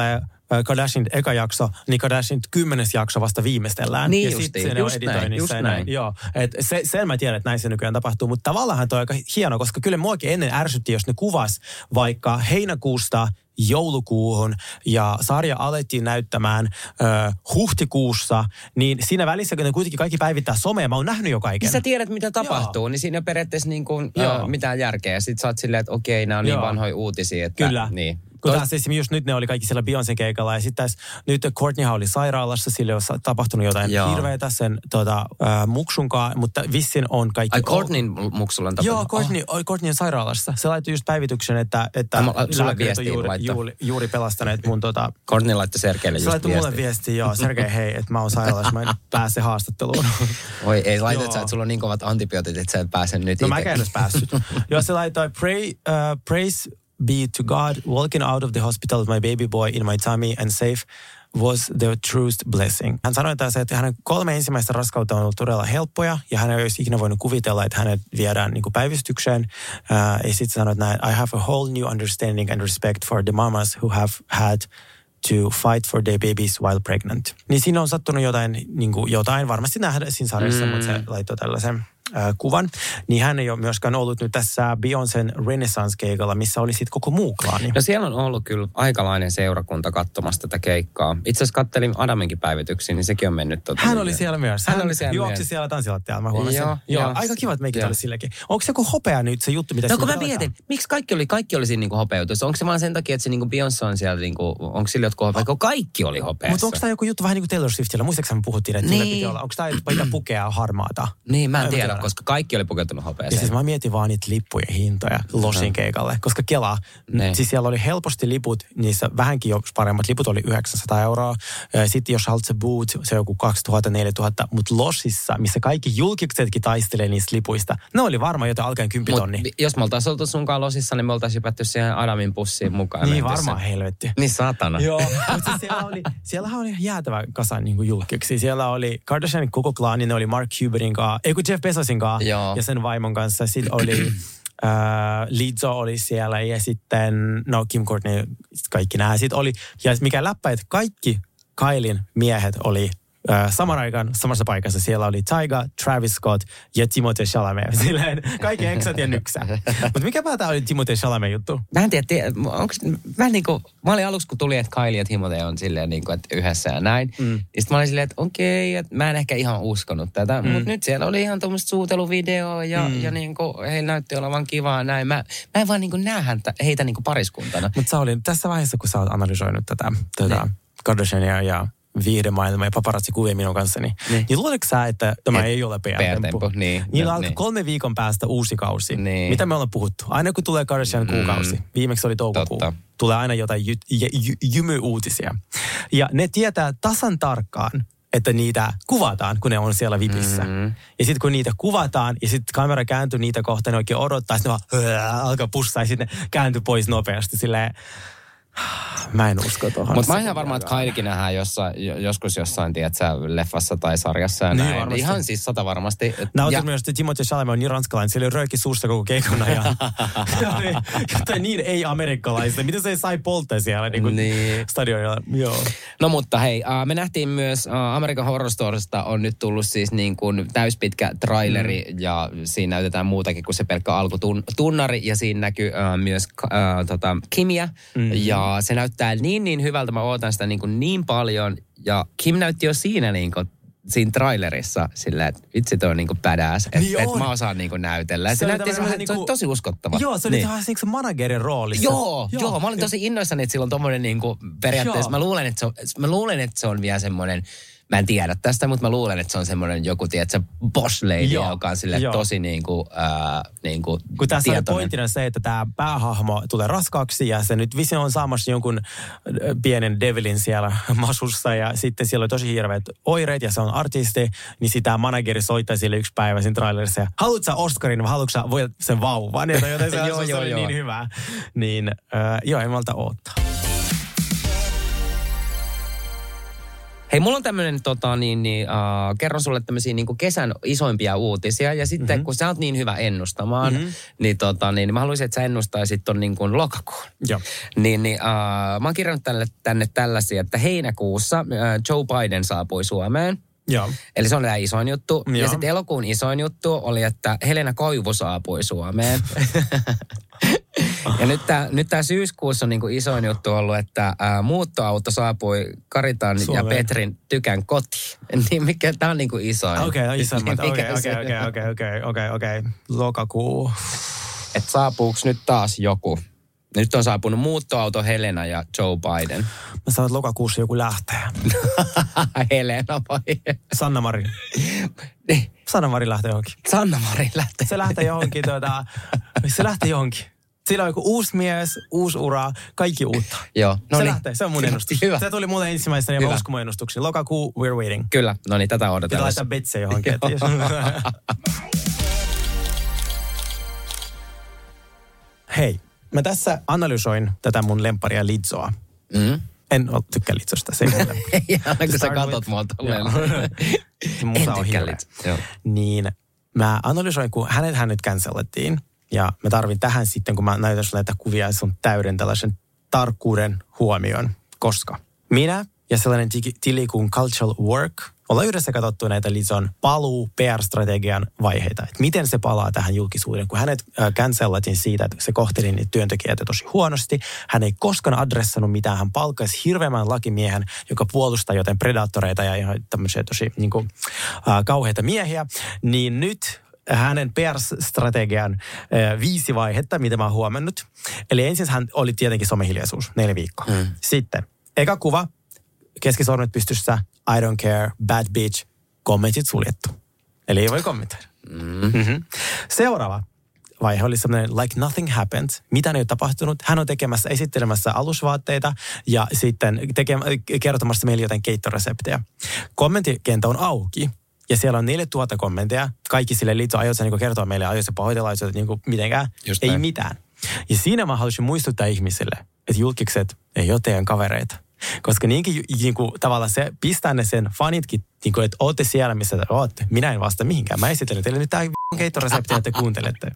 E: Kardashian eka jakso, niin Kardashian kymmenes jakso vasta viimeistellään.
F: Niin
E: ja
F: justiin,
E: sitten
F: just näin, just näin. näin.
E: Joo, et se, sen mä tiedän, että näin se nykyään tapahtuu, mutta tavallaan toi on aika hieno, koska kyllä muakin ennen ärsytti, jos ne kuvas vaikka heinäkuusta joulukuuhun ja sarja alettiin näyttämään ö, huhtikuussa, niin siinä välissä, kun ne kuitenkin kaikki päivittää somea, mä oon nähnyt jo kaiken.
F: Niin sä tiedät, mitä tapahtuu, Joo. niin siinä ei periaatteessa niin kuin, ö, mitään järkeä. Sitten sä oot silleen, että okei, nämä on Joo. niin vanhoja uutisia, että
E: Kyllä.
F: niin.
E: Kun taas esimerkiksi just nyt ne oli kaikki siellä Beyoncén keikalla ja sitten nyt Courtneyhan oli sairaalassa, sille on tapahtunut jotain Joo. hirveätä sen tota, äh, muksunkaan, mutta vissin on kaikki...
F: Ai Courtneyn muksulla on tapahtunut?
E: Joo, Courtney, oh. Courtney on sairaalassa. Se laittoi just päivityksen, että, että
F: lääkärit on
E: juuri, juuri, juuri pelastaneet mun tota...
F: Courtney laittoi Sergeille just viestiä.
E: Se laittoi mulle viestiä, joo, Sergei, hei, että mä oon sairaalassa, mä en pääse haastatteluun.
F: Oi ei, laitat sä, että sulla on niin kovat antibiootit, että sä et pääse nyt
E: No mä en edes päässyt. Joo, se laittoi pray, uh, praise... be to God, walking out of the hospital with my baby boy in my tummy and safe was the truest blessing. Hän sanoi tässä, että hänen kolme ensimmäistä raskautta on ollut todella helppoja ja hän ei olisi ikinä voinut kuvitella, että hänet viedään niin kuin päivystykseen. Uh, ja sitten sanoi, että I have a whole new understanding and respect for the mamas who have had to fight for their babies while pregnant. Niin siinä on sattunut jotain, niin kuin jotain varmasti nähdä siinä sarjassa, mm. mutta se laittoi tällaisen kuvan, niin hän ei ole myöskään ollut nyt tässä Beyoncén Renaissance-keikalla, missä oli sitten koko muu klaani.
F: No siellä on ollut kyllä aikalainen seurakunta katsomassa tätä keikkaa. Itse asiassa kattelin Adaminkin päivityksiä, niin sekin on mennyt. Tota
E: hän oli siellä myös.
F: Hän, hän oli siellä
E: juoksi
F: myös.
E: siellä tanssilattialla, mä huomasin. Joo,
F: joo.
E: joo. Aika kiva, että meikit oli silläkin. Onko se joku hopea nyt se juttu, mitä
F: no kun mä mietin, miksi kaikki oli, kaikki oli siinä niinku hopeutus? Onko se vaan sen takia, että se niinku Beyoncé on siellä, niinku, onko sillä jotkut hopeat? Kaikki oli hopeassa.
E: Mutta onko tämä joku juttu vähän niin kuin Taylor Swiftillä? Muistaakseni me puhuttiin, että niin. piti olla. Onko tämä jopa pukea harmaata?
F: Niin, mä en tiedä, koska kaikki oli pukeutunut hopeaseen.
E: Ja siis mä mietin vaan niitä lippujen hintoja Losin keikalle, koska Kela, ne. siis siellä oli helposti liput, niissä vähänkin jo paremmat liput oli yhdeksänsataa euroa. Sitten jos haluat se boot, se on joku kaksituhatta neljätuhatta, mutta Losissa, missä kaikki julkiksetkin taistelee niistä lipuista, ne oli varmaan jotain alkaen kympitonni.
F: Mut jos me oltaisiin oltu sunkaan Losissa, niin me oltaisiin hypätty siihen Adamin pussiin mukaan.
E: Niin varmaan helvetti.
F: Niin saatana.
E: Joo, mutta siellä oli, siellähän oli jäätävä kasa niin kuin julkiksi. Siellä oli Kardashianin koko klaani, ne oli Mark Cubanin kanssa, ei kun Jeff Bezosin kanssa ja sen vaimon kanssa. Sitten oli äh, Lizzo oli siellä ja sitten, no Kim Courtney, kaikki nämä. Sitten oli, ja mikä läppä, että kaikki Kylien miehet oli äh, saman aikaan samassa paikassa. Siellä oli Tyga, Travis Scott ja Timothée Chalamet. Silleen kaikki eksat ja nyksä. Mutta mikäpä tämä oli Timothée Chalamet juttu?
F: Mä en tiedä, tiedä onko, mä, niin kuin, mä olin aluksi, kun tuli, että Kylie ja Timothée on silleen niin kuin, että yhdessä ja näin. Mm. Ja sitten mä olin silleen, että okei, että mä en ehkä ihan uskonut tätä. Mm. Mutta nyt siellä oli ihan tuommoista suuteluvideoa ja, mm. ja niin kuin, heillä näytti olevan kivaa näin. Mä, mä en vaan niin kuin näe häntä, heitä niin kuin pariskuntana.
E: Mutta sä oli tässä vaiheessa, kun sä oot analysoinut tätä, tätä Kardashiania ja viihdemaailma ja paparazzi-kuvia minun kanssani. Niin, niin luuletko sä, että tämä Et, ei ole P R-tempu?
F: Niin.
E: Niillä
F: no,
E: alkoi
F: niin.
E: kolme viikon päästä uusi kausi.
F: Niin.
E: Mitä me ollaan puhuttu? Aina kun tulee Kardashian mm. kuukausi, viimeksi oli toukokuu, Totta. tulee aina jotain jy, jy, jy, jymyuutisia. Ja ne tietää tasan tarkkaan, että niitä kuvataan, kun ne on siellä vipissä. Mm-hmm. Ja sitten kun niitä kuvataan, ja sitten kamera kääntyy niitä kohtaan, ne oikein odottaa, sitten ne vaan alkaa pussaa, ja sitten ne kääntyy pois nopeasti silleen. Mä en usko tuohon.
F: Mutta mä ihan varmaan, että Kyliekin nähdään jossain, joskus jossain, tiedätkö, leffassa tai sarjassa ja näin. Niin ihan siis sata varmasti.
E: Nautin ja... myös, että Timothée Chalamet on niin ranskalainen. Siellä oli rööki suussa koko keikona ja jotain niin ei-amerikkalaista. Miten se sai polttaa siellä niin niin. stadionilla? Joo.
F: No mutta hei, uh, me nähtiin myös uh, American Horror Storysta on nyt tullut siis niin kuin täyspitkä traileri mm. ja siinä näytetään muutakin kuin se pelkkä alkutunnari ja siinä näkyy uh, myös uh, tota, Kimia mm. ja se näyttää niin niin hyvältä, mä ootan sitä niin, kuin niin paljon. Ja Kim näytti jo siinä niin kuin, siinä trailerissa silleen, että vitsi toi on niin kuin badass, että
E: niin
F: et mä osaan niin kuin näytellä. Se, se näytti semmoisen, niin kuin, se oli tosi uskottava.
E: Joo, se oli
F: niin.
E: ihan niin kuin managerin roolissa.
F: Joo, joo, joo, mä olin tosi innoissani, että sillä on tommoinen niin kuin periaatteessa, mä luulen, että se on, mä luulen, että se on vielä semmoinen, mä en tiedä tästä, mutta mä luulen, että se on semmoinen joku, tiedätkö, boss lady, joo, joka on silleen joo. tosi niin kuin, äh, niin kuin
E: kun tässä on pointtina se, että tämä päähahmo tulee raskaaksi ja se nyt vissiin on saamassa jonkun pienen devilin siellä masussa ja sitten siellä on tosi hirveät oireet ja se on artisti, niin sitä manageri soittaa sille yksi päivä siinä trailerissa ja haluatko sä Oscarin vai haluatko sä voit sen vauvan, joten se, joo, se joo, oli joo. niin hyvä. Niin äh, joo, ei malta oottaa.
F: Hei, mulla on tämmöinen, tota, niin, niin, uh, kerron sulle tämmöisiä niin kuin kesän isoimpia uutisia. Ja sitten mm-hmm. kun sä oot niin hyvä ennustamaan, mm-hmm. niin, tota, niin mä haluaisin, että sä ennustaisit ton niin kuin lokakuun.
E: Joo.
F: Niin, niin uh, mä oon kirjannut tänne, tänne tällaisia, että heinäkuussa uh, Joe Biden saapui Suomeen.
E: Joo.
F: Eli se on tämä isoin juttu.
E: Joo.
F: Ja sitten elokuun isoin juttu oli, että Helena Koivu saapui Suomeen. Ja nyt tämä nyt tää syyskuussa on niinku isoin juttu ollut, että ää, muuttoauto saapui Karitan Suomeen. Ja Petrin Tykän kotiin. Niin mikä, tämä on niinku isoin.
E: Okei, okay, isoimmat. Okei, okei, okei, okei, okei, okei. Lokakuu.
F: Että saapuuko nyt taas joku? Nyt on saapunut muuttoauto Helena ja Joe Biden.
E: Mä sanon, että lokakuussa joku lähtee.
F: Helena vai?
E: Sanna-Mari. Sanna-Mari lähtee johonkin.
F: Sanna-Mari lähtee.
E: Se lähtee johonkin, tuota, se lähtee johonkin. Sillä on joku uusi mies, uusi ura, kaikki uutta.
F: Joo. No
E: se
F: niin.
E: lähtee, se on mun ennustus.
F: Hyvä.
E: Se tuli muuten ensimmäisenä ja mä uskon mun ennustuksiin. Lokakuu, we're waiting.
F: Kyllä, no niin, tätä odotellaan.
E: Pitää laittaa betse johonkin. Hei, mä tässä analysoin tätä mun lemparia Lizzoa.
F: Mm.
E: En ole tykkää Lizzosta, se ei mulle.
F: Ei, aina kun sä katot mua tolleen.
E: Musa on hirveä. Niin mä analysoin, kun hänet hänet cancelettiin. Ja mä tarvin tähän sitten, kun mä näytän sulle näitä kuvia, sun täyden tällaisen tarkkuuden huomioon. Koska minä ja sellainen tili kuin Cultural Work ollaan yhdessä katsottu näitä Lizzon paluu P R-strategian vaiheita. Että miten se palaa tähän julkisuuteen. Kun hänet äh, cancellatiin siitä, että se kohteli niitä työntekijöitä tosi huonosti. Hän ei koskaan adressannut mitään. Hän palkkaisi hirveämän lakimiehen, joka puolustaa joten predaattoreita ja ihan tämmöisiä tosi niin kuin, äh, kauheita miehiä. Niin nyt hänen P R-strategian äh, viisi vaihetta, mitä mä oon huomannut. Eli ensin hän oli tietenkin somehiljaisuus, neljä viikkoa. Mm. Sitten eka kuva, keskisormet pystyssä, I don't care, bad bitch, kommentit suljettu. Eli ei voi kommentoida. Mm. Mm-hmm. Seuraava vaihe oli semmoinen like nothing happened. Mitä ei ole tapahtunut? Hän on tekemässä, esittelemässä alusvaatteita ja sitten teke- kertomassa meille jotain keittoreseptejä. Kommenttikenttä on auki. Ja siellä on neljätuhatta kommentteja. Kaikki sille liittyy, aiotko niin kertoa meille, aiotko pahoitella, aiotko niin mitenkään. Just ei näin. Mitään. Ja siinä mä haluaisin muistuttaa ihmisille, että julkikset ei ole teidän kavereita. Koska niinkin niin kuin, tavallaan se pistää ne sen fanitkin, niin kuin, että ootte siellä, missä te ootte. Minä en vasta mihinkään. Mä esittelen teille nyt tämä keittoresepti, että te kuuntelette.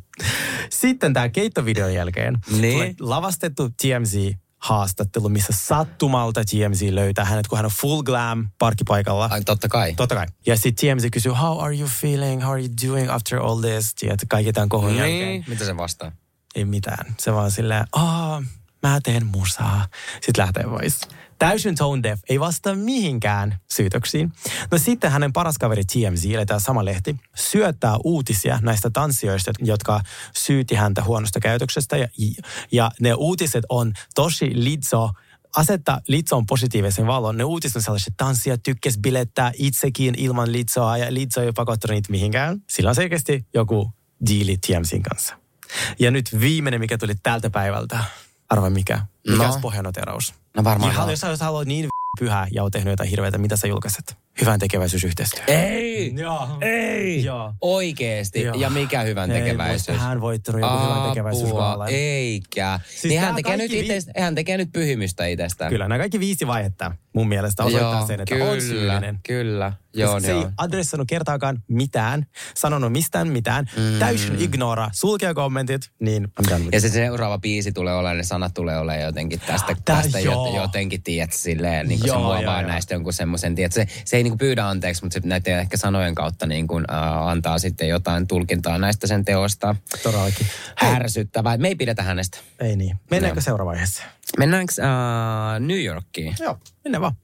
E: Sitten tämä keittovideon jälkeen niin. Tulee lavastettu T M Z-haastattelu, missä sattumalta T M Z löytää hänet, kun hän on full glam parkkipaikalla.
F: Ai, totta kai.
E: Totta kai. Ja sitten T M Z kysyy, how are you feeling? How are you doing after all this? Ja kaikki tämän kohon
F: niin.
E: jälkeen.
F: Mitä se vastaa?
E: Ei mitään. Se vaan silleen, aah, mä teen musaa. Sitten lähtee pois. Täysin tone deaf, ei vastaa mihinkään syytöksiin. No sitten hänen paras kaveri T M Z, eli tämä sama lehti, syöttää uutisia näistä tanssijoista, jotka syyti häntä huonosta käytöksestä. Ja, ja ne uutiset on tosi Lizzo, asettaa Lizzon positiivisen valon. Ne uutiset on sellaiset, että tanssijat tykkäs bilettää itsekin ilman Lizzoa ja Lizzo ei ole pakottanut niitä mihinkään. Sillä on selkeästi joku diili T M Zin kanssa. Ja nyt viimeinen, mikä tuli tältä päivältä. Arva mikä? Mikä no. pohjanoteraus?
F: No varmaan.
E: Ja, jos, jos haluat niin pyhä ja oot tehnyt jotain hirveätä, mitä sä julkaiset? Hyvän tekeväisyysyhteistyö.
F: Ei!
E: Joo.
F: Ei!
E: Joo.
F: Oikeesti. Joo. Ja mikä hyvän tekeväisyys?
E: Ei, hän voittanut joku hyvän tekeväisyysvaalan.
F: Eikä.
E: Siis
F: niin hän tekee, nyt
E: vi...
F: itsestä, hän tekee nyt pyhimystä itsestään.
E: Kyllä, nämä kaikki viisi vaihetta mun mielestä osoittaa joo, sen, että
F: kyllä,
E: on syyllinen.
F: Kyllä, joo,
E: se
F: joo.
E: ei adressannut kertaakaan mitään, sanonut mistään mitään, mm. täysin ignora, sulkea kommentit, niin I'm done with
F: ja se seuraava biisi tulee olemaan, ne sanat tulee olemaan jotenkin tästä,
E: Tää,
F: tästä jotenkin, tiedät, silleen, niin kuin
E: joo,
F: se muovaa
E: joo,
F: näistä jonkun semmoisen, tiedät, se, se ei niin kuin pyydä anteeksi, mutta se näiden ehkä sanojen kautta niin kuin, äh, antaa sitten jotain tulkintaa näistä sen teosta.
E: Todellakin.
F: Ärsyttävää. Me ei pidetä hänestä.
E: Ei niin. Mennäänkö no. seuraavaan vaiheeseen?
F: Mennäänkö uh, New Yorkiin?
E: Joo, mennään vaan.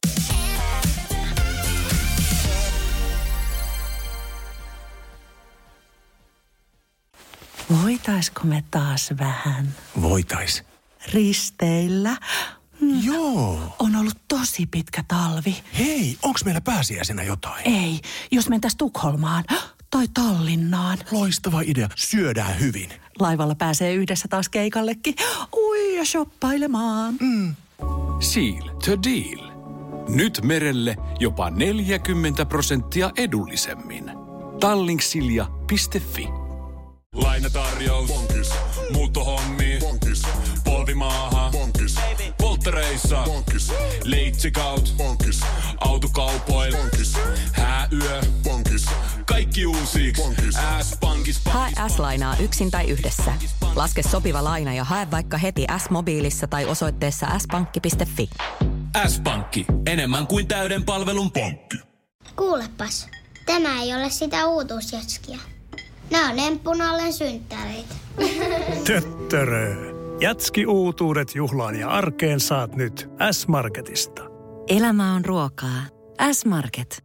B: Voitaisko me taas vähän?
G: Voitais.
B: Risteillä?
G: Mm. Joo.
B: On ollut tosi pitkä talvi.
G: Hei, onks meillä pääsiäisenä jotain?
B: Ei, jos mentäis Tukholmaan tai Tallinnaan.
G: Loistava idea. Syödään hyvin.
B: Laivalla pääsee yhdessä taas keikallekin. Ui, ja shoppailemaan.
G: Mm.
H: Seal to deal. Nyt merelle jopa neljäkymmentä prosenttia edullisemmin. Tallingsilja piste fi.
L: Lainatarjous. Bonkis. Muuttohommi. Bonkis. Polvimaaha. Bonkis. Polttera
A: Töttöreissä. Pankis. Leitsikaut. Pankis. Autokaupoil. Pankis. Hääyö. Pankis. Kaikki uusi. S-pankis.
C: Hae S-lainaa yksin tai yhdessä. Laske sopiva laina ja hae vaikka heti S-mobiilissa tai osoitteessa s pankki piste fi.
A: S-pankki. Enemmän kuin täyden palvelun pankki.
I: Kuulepas, tämä ei ole sitä uutuusjatskia. Nämä on emppunallen synttäreitä.
J: Töttörö. Jatski-uutuudet juhlaan ja arkeen saat nyt S-Marketista.
K: Elämä on ruokaa. S-Market.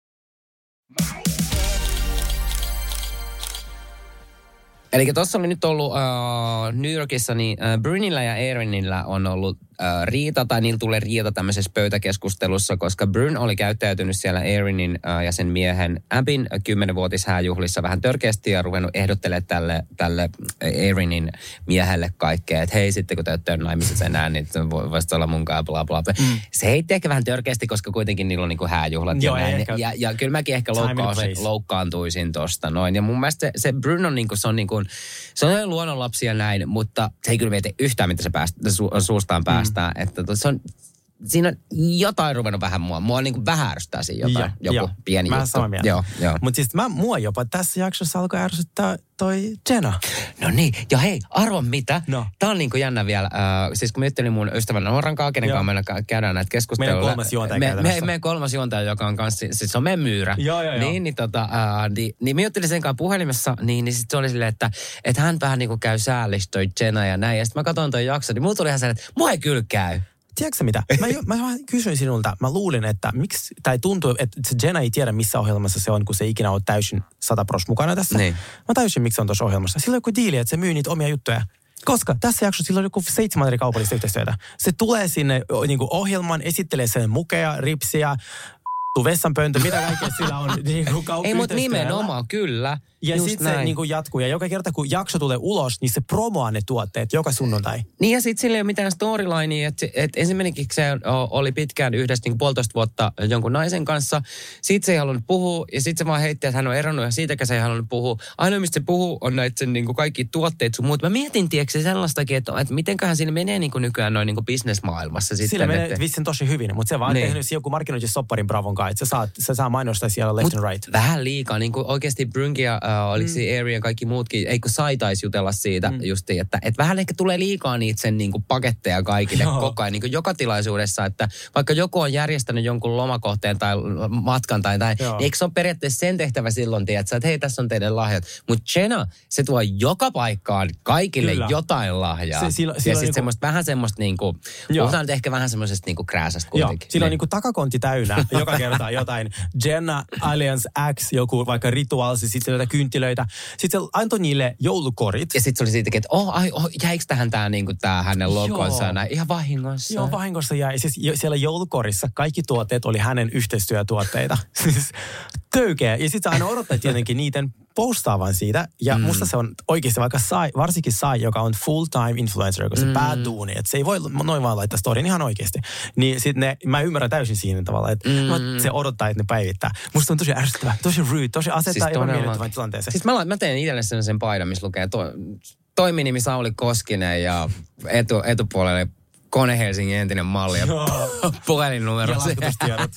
F: Eli tuossa oli nyt ollut uh, New Yorkissa, niin uh, Brynillä ja Aaronilla on ollut uh, riita, tai niillä tulee riita tämmöisessä pöytäkeskustelussa, koska Bryn oli käyttäytynyt siellä Aaronin uh, ja sen miehen Abin kymmenvuotishääjuhlissa vähän törkeästi ja ruvennut ehdottelemaan tälle, tälle Aaronin miehelle kaikkea, että hei, sitten kun te olette naimisissa enää, niin voisit olla munkaan, bla bla bla. Mm. Se heitti ehkä vähän törkeästi, koska kuitenkin niillä on niinku hääjuhlat. Joo, ja, näin. Ja, ja kyllä mäkin ehkä loukkaantuisin tosta noin. Ja mun mielestä se, se Bryn on niinku, se on niinku se on luonnonlapsi ja näin, mutta se ei kyllä mieti yhtään, mitä se päästä, su, suustaan päästään. Mm. Että se on, siinä on jotain ruvennut vähän mua. Mua niin kuin vähän ärsyttää siinä jotain, jo, joku jo. pieni
E: mä
F: juttu.
E: Mä samaa
F: joo, joo.
E: Mutta siis mä, mua jopa tässä jaksossa alkoi ärsyttää toi Jenna.
F: No niin, ja hei, arvon mitä?
E: No.
F: Tää on niin kuin jännä vielä. Äh, siis kun mä juttelin mun ystävän Nooran kanssa, kenen kanssa meillä käydään näitä keskusteluja.
E: Meidän kolmas juontaja
F: me,
E: käytännössä.
F: Me, meidän kolmas juontaja, joka on kanssa, siis se on meidän myyrä.
E: Joo, joo, joo.
F: Niin, niin, tota, äh, niin, niin mä juttelin sen kanssa puhelimessa, niin, niin sit se oli silleen, että, että hän vähän niin kuin käy säällissä toi Jenna ja näin. Ja sit mä katsoin toi jakso, niin mulla tuli ihan sellainen, että mua ei kyllä käy.
E: Tiedätkö mitä? Mä, mä kysyin sinulta, mä luulin, että miksi, tai tuntuu, että se Jenna ei tiedä, missä ohjelmassa se on, kun se ikinä on täysin sata pros mukana tässä.
F: Niin.
E: Mä täysin, miksi se on tuossa ohjelmassa. Sillä on joku diili, että se myy niitä omia juttuja. Koska tässä jaksossa sillä on joku seitsemän eri kaupallista yhteistyötä. Se tulee sinne niin kuin ohjelman, esittelee sen mukea, ripsiä, vessanpöntö, mitä kaikkea sillä on niin kuin
F: ei, mutta nimenomaan, kyllä.
E: Ja sitten se niin kuin jatkuu. Ja joka kerta, kun jakso tulee ulos, niin se promoaa ne tuotteet joka sunnuntai.
F: Niin ja sitten sillä ei ole mitään storylinea. Että et ensimmäinenkin se oli pitkään yhdessä niin puolitoista vuotta jonkun naisen kanssa. Siitä se ei halunnut puhua. Ja sitten se vaan heitti, että hän on eronnut ja siitäkään se ei halunnut puhua. Ainoa, mistä se puhuu, on näitä sen niin kuin kaikki tuotteet sun muut. Mä mietin, tiedätkö sellaistakin, että, että mitenköhän siinä menee niin kuin nykyään noin niin kuin bisnesmaailmassa. Sitten,
E: sillä menee
F: että
E: vissin tosi hyvin, mutta se vaan niin. tehnyt joku markkinointisopparin Bravon kanssa, että sä, saat, sä saa mainostaa siellä left Mut and right.
F: Vähän liikaa. Niin kuin oikeasti Brynkia, äh, oliko se Area ja kaikki muutkin, eikö saitais jutella siitä mm. justiin, että, että vähän ehkä tulee liikaa niitä sen niin kuin paketteja kaikille Joo. koko ajan. Niin kuin joka tilaisuudessa, että vaikka joku on järjestänyt jonkun lomakohteen tai matkan tai tai, niin eikö se ole periaatteessa sen tehtävä silloin, tiedätkö, että hei, tässä on teidän lahjat. Mutta Jenna, se tuo joka paikkaan kaikille Kyllä. jotain lahjaa. Se, sillä, sillä ja sitten niinku semmoista vähän semmoista niin kuin, puhutaan nyt ehkä vähän semmoisesta niin kuin krääsästä kuitenkin.
E: Joo, sillä on niin kuin takakontti täynnä joka kerta jotain Jenna Alliance X, joku vaikka rituaalsi, sitten jotain kynttilöitä. Sitten se antoi niille joulukorit.
F: Ja sitten se oli siitäkin, että oh, ai, oh jäikö tähän tämä niinku, hänen logonsa ja näin. Ihan vahingossa.
E: Joo, vahingossa jäi. Siis jo, siellä joulukorissa kaikki tuotteet oli hänen yhteistyötuotteita. Siis töykeä. Ja sitten se aina odottaa tietenkin niiden postaavan siitä. Ja mm. musta se on oikeasti vaikka Sai, varsinkin Sai, joka on full-time influencer, joka se mm. pääduuni. Että se ei voi noin vaan laittaa storyn ihan oikeasti. Niin sitten ne, mä ymmärrän täysin siinä tavalla, että mm. se odottaa, että ne päivittää. Musta on tosi ärsyttävää, tosi rude, tosi asettaa siis epämiellyttävän tilanteeseen.
F: Siis mä, mä teen itselle sen paidan, missä lukee to, toiminimi Sauli Koskinen ja etu, etupuolelle Kone Helsingin entinen malli ja puhelinnumero.
E: Ja laskutustiedot.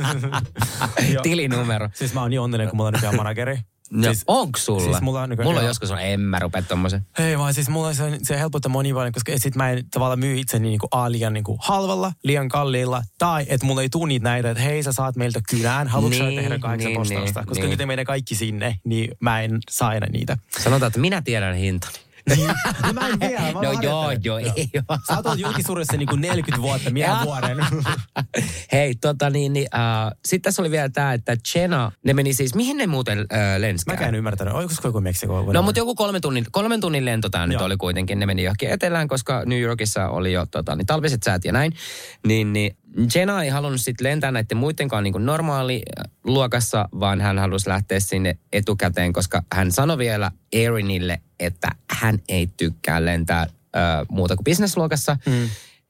F: Tilinumero.
E: Siis mä oon niin onnellinen, kun mulla on nykyään manageri.
F: No, siis, onko sulla?
E: Siis mulla on,
F: mulla on joskus on, en mä rupea tommosen.
E: Ei vaan, siis mulla se, se helpottaa moni paljon, koska sit mä en tavallaan myy itseni niin kuin A liian niin kuin halvalla, liian kalliilla, tai että mulla ei tule niitä näitä, että hei sä saat meiltä kylään, haluatko niin, tehdä kahdeksan niin, postausta? Koska niin. nyt ei mene kaikki sinne, niin mä en saa aina niitä.
F: Sanotaan, että minä tiedän hintani.
E: No mä en tiedä, mä
F: No joo, joo, ei joo.
E: Sä oot julkisuudessa niin kuin neljäkymmentä vuotta, minä vuoden.
F: Hei, tota niin, niin uh, sitten tässä oli vielä tää, että Jenna, ne meni siis, mihin ne muuten uh, lenskään?
E: Mä en ymmärtänyt, oliko se joku Meksiko?
F: No mutta joku kolmen tunnin, kolmen tunnin lento tää nyt oli kuitenkin, ne meni johonkin etelään, koska New Yorkissa oli jo tota, niin, talviset säät ja näin, niin, niin Jenna ei halunnut sitten lentää näiden muidenkaan niin kuin normaali luokassa, vaan hän halusi lähteä sinne etukäteen, koska hän sanoi vielä Aaronille, että hän ei tykkää lentää äh, muuta kuin businessluokassa. Mm.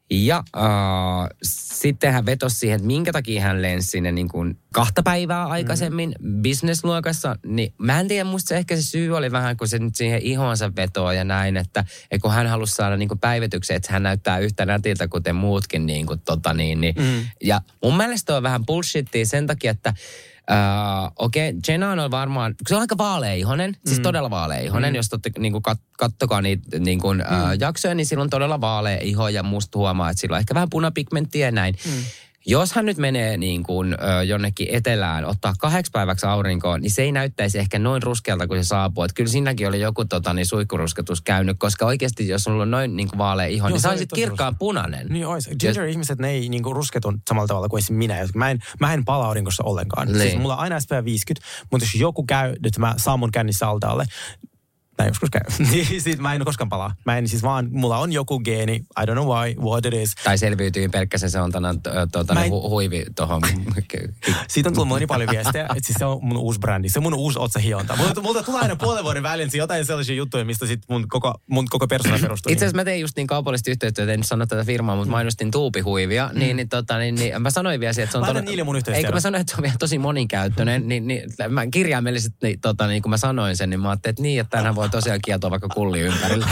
F: Ja äh, sitten hän vetosi siihen, että minkä takia hän lensi sinne niin kuin kahta päivää aikaisemmin mm. business-luokassa. Niin mä en tiedä, musta se ehkä se syy oli vähän, kun se nyt siihen ihonsa vetoo ja näin, että, että kun hän halusi saada niin kuin päivityksen, että hän näyttää yhtä nätiltä kuten muutkin. Niin kuin, tota, niin, niin. Mm. Ja mun mielestä on vähän bullshittia sen takia, että Uh, Okei, okay. Jenna on varmaan, se on aika vaaleihonen, mm. siis todella vaaleihonen, mm. jos totte, niin kuin kat, kattokaa niitä niin kuin, mm. uh, jaksoja, niin sillä on todella vaalea iho ja musta huomaa, että sillä on ehkä vähän punapigmenttiä ja näin. Mm. Jos hän nyt menee niin kuin, ö, jonnekin etelään, ottaa kahdeksi päiväksi aurinkoon, niin se ei näyttäisi ehkä noin ruskealta, kun se saapuu. Että kyllä siinäkin oli joku tota, niin suihkurusketus käynyt, koska oikeasti jos sulla on noin niin kuin vaalea iho, Joo, niin sä olisit kirkkaan ruske. punainen. Niin olisi. Ginger-ihmiset,
E: ne ei niin kuin rusketun samalla tavalla kuin minä. Mä en, mä en pala aurinkossa ollenkaan. Niin. Siis mulla on aina S P F viisikymmentä, mutta jos joku käy, nyt mä saan mun kännissä altaalle, mä en joskus käy. Niin sit mä en koskaan palaa. Mä en siis vaan, mulla on joku geeni, I don't know why, what it is.
F: Tai selviytyy pelkkäsen, se on tänään tuota, en... hu, huivi tohon.
E: Siitä on tullut mulle niin paljon viestejä, että siis se on mun uusi brändi, se on mun uusi otsahionta. Multa, multa tulee aina puolen vuoden väliin jotain sellaisia juttuja, mistä sit mun koko, mun koko persona perustuu.
F: Itse asiassa mä tein just niin kaupallista yhteistyötä, en sano tätä firmaa, mutta mainostin tuupihuivia. Mm. Niin, niin, tota, niin, niin mä sanoin vielä, että se on...
E: Laitan niille mun yhteistyötä.
F: Eikö mä sanoin, että se on vielä tosi monikäyttöinen, niin, niin mä kirjaimellisesti, niin, tota, niin kun mä sanoin sen, niin mä ajattelin, että niin, että tänään voi tosiaan kietoa vaikka kulli ympärillä.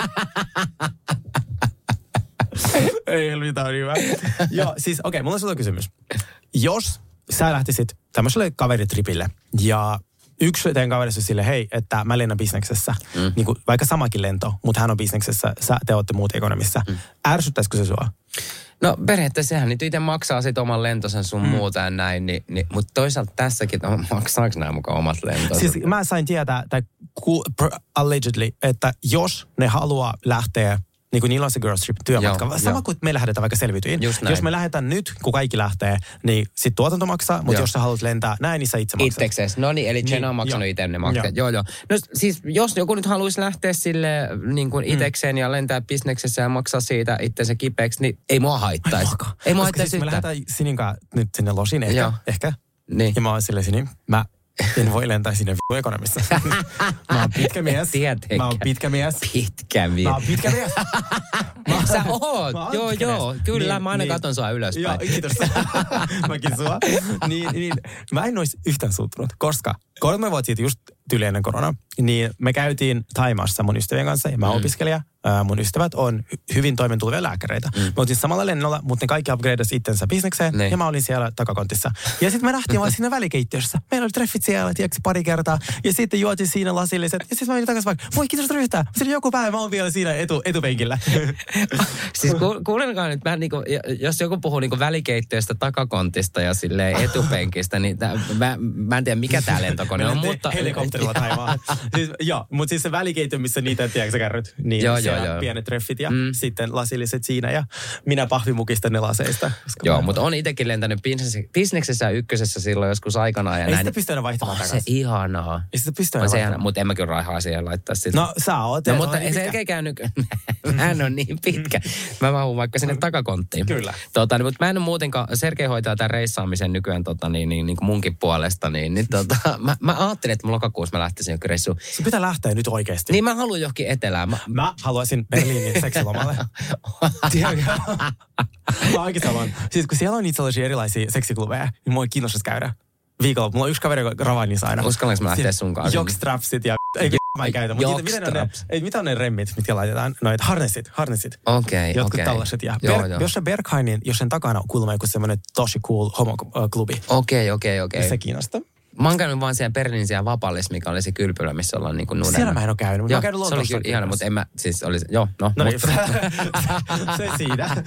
E: Ei mitään hyvä. Joo, siis okei, okay, mulla on sulla kysymys. Jos sä lähtisit tämmöiselle kaveritripille ja yksi teidän kaverissa sille, hei, että mä lennän bisneksessä, mm. niin kuin, vaikka samakin lento, mutta hän on bisneksessä, sä te ootte muut ekonomissa. Mm. Ärsyttäisikö se sua?
F: No periaatteessa sehän nyt itse maksaa sit oman lentosen sun mm. muuta ja näin, niin, niin, mutta toisaalta tässäkin, no, maksaako nämä mukaan omat lentonsa?
E: Siis mä sain tietää, tai allegedly, että jos ne haluaa lähteä, niin kuin niillä on se girls trip työmatka, joo, sama jo. kuin me lähdetään vaikka selviytyin. Jos me lähdetään nyt, kun kaikki lähtee, niin sit tuotanto maksaa, mutta joo. jos sä haluat lentää näin, niin sä itse maksat.
F: Itseksesi, no niin, eli Jenna niin, on maksanut itse ne matkat. Joo. joo, joo. No siis jos joku nyt haluaisi lähteä sille niin kuin itekseen mm. ja lentää bisneksessä ja maksaa siitä itsensä kipeäksi, niin ei mua haittaisi. Ai, ei mua haittaisi
E: siis me lähdetään Sininkaan nyt sinne losin, ehkä. Joo. ehkä. Niin. Ja mä oon silleen Sinin, mä... En voi lentää sinne v***u ekonomissa. Mä oon pitkä mies.
F: Tietenkin.
E: Mä oon pitkä mies.
F: Pitkä mies.
E: Mä oon pitkä mies.
F: Mä, Sä oot. Joo, joo. Mies. Kyllä, niin, mä aina niin. katon sua ylöspäin.
E: Joo, kiitos. Mäkin sua. Niin, niin, mä en ois yhtään suuttunut, koska kolme vuotta siitä just tyyli ennen koronaa, niin me käytiin Thaimaassa mun ystävien kanssa ja mä oon mm. opiskelija. Äh, mun ystävät on hyvin toimentulevia lääkäreitä. Mm. Me oltiin samalla lennolla, mutta ne kaikki upgradeasi itsensä bisnekseen ne. Ja mä olin siellä takakontissa. Ja sitten me nähtiin vaan siinä välikeittiössä. Meillä oli treffit siellä, tiedätkö, pari kertaa. Ja sitten juotiin siinä lasilliset. Ja sitten mä olin takaisin vaikka, voi kiitos ryhtää. Sitten joku päivä mä oon vielä siinä etu, etupenkillä.
F: Siis ku, kuulenkaan nyt, mä niinku, jos joku puhuu niinku välikeittiöstä, takakontista ja silleen etupenkistä, niin tää, mä, mä en tiedä mikä tää lentokone on, mutta...
E: Helikopterilla Thaimaan. Siis, joo, mutta siis se välikeittiö, missä niitä, tiedätkö, kärryt. Niin joo, joo, joo. Pienet treffit ja mm. sitten lasilliset siinä ja minä pahvimukistan ne laseista.
F: Joo, mutta on itsekin lentänyt bisneksessä ja ykkösessä silloin joskus aikanaan. Ja
E: ei
F: näin.
E: Sitä pysty aina vaihtamaan
F: oh,
E: takaisin.
F: se ihanaa.
E: Ei sitä pysty aina vaihtamaan.
F: Mutta en mä kyllä raihaa siihen laittaa sitä.
E: No sä oot.
F: No mutta ei se eikä käynyt. Hän on niin pitkä. Mä mahun vaikka sinne takakonttiin.
E: Kyllä.
F: Tota, mutta mä en ole muutenkaan, Sergei hoitaa tämän reissaamisen nykyään tota, niin, niin, niin kuin munkin puolesta. Niin, niin, tota, mä, mä ajattelin, että lokakuussa mä lähtisin johonkin reissuun.
E: Se pitää lähteä nyt oikeasti.
F: Niin mä haluan johonkin etelään. Mä,
E: mä haluaisin Berliinin seksilomalle. Tiedätkö? Mä oikein saman. Siis kun siellä on niitä sellaisia erilaisia seksiklubeja, niin mua kiinnostaisi käydä. Viikolla. Mulla on yksi kaveri, joka Ravainnissa aina.
F: Uskallanko mä lähteä sun kanssa?
E: Jokstrapsit ja... Ei, mä en käytä. Jokstraps. Ei, mitä on ne remmit, mitkä laitetaan? Noit harnessit, harnessit.
F: Okei, okay, okei.
E: Jotkut
F: okay.
E: tällaiset. Ja
F: joo,
E: Ber,
F: joo.
E: jos se Berghainin, jos sen takana on kuulemma joku semmoinen tosi cool homoklubi.
F: Okei, okei, okei.
E: Se kiinnostaa.
F: Mä oon käynyt vaan siellä Berliinin siellä Vapallis, mikä oli se kylpylä, missä ollaan niin kuin nuudella.
E: Siellä mä en ole käynyt, mutta mä oon käynyt
F: Lontoossa. Se oli kyllä ihana, mutta en mä, siis oli, joo, no.
E: No
F: mutta.
E: Niin, se siitä.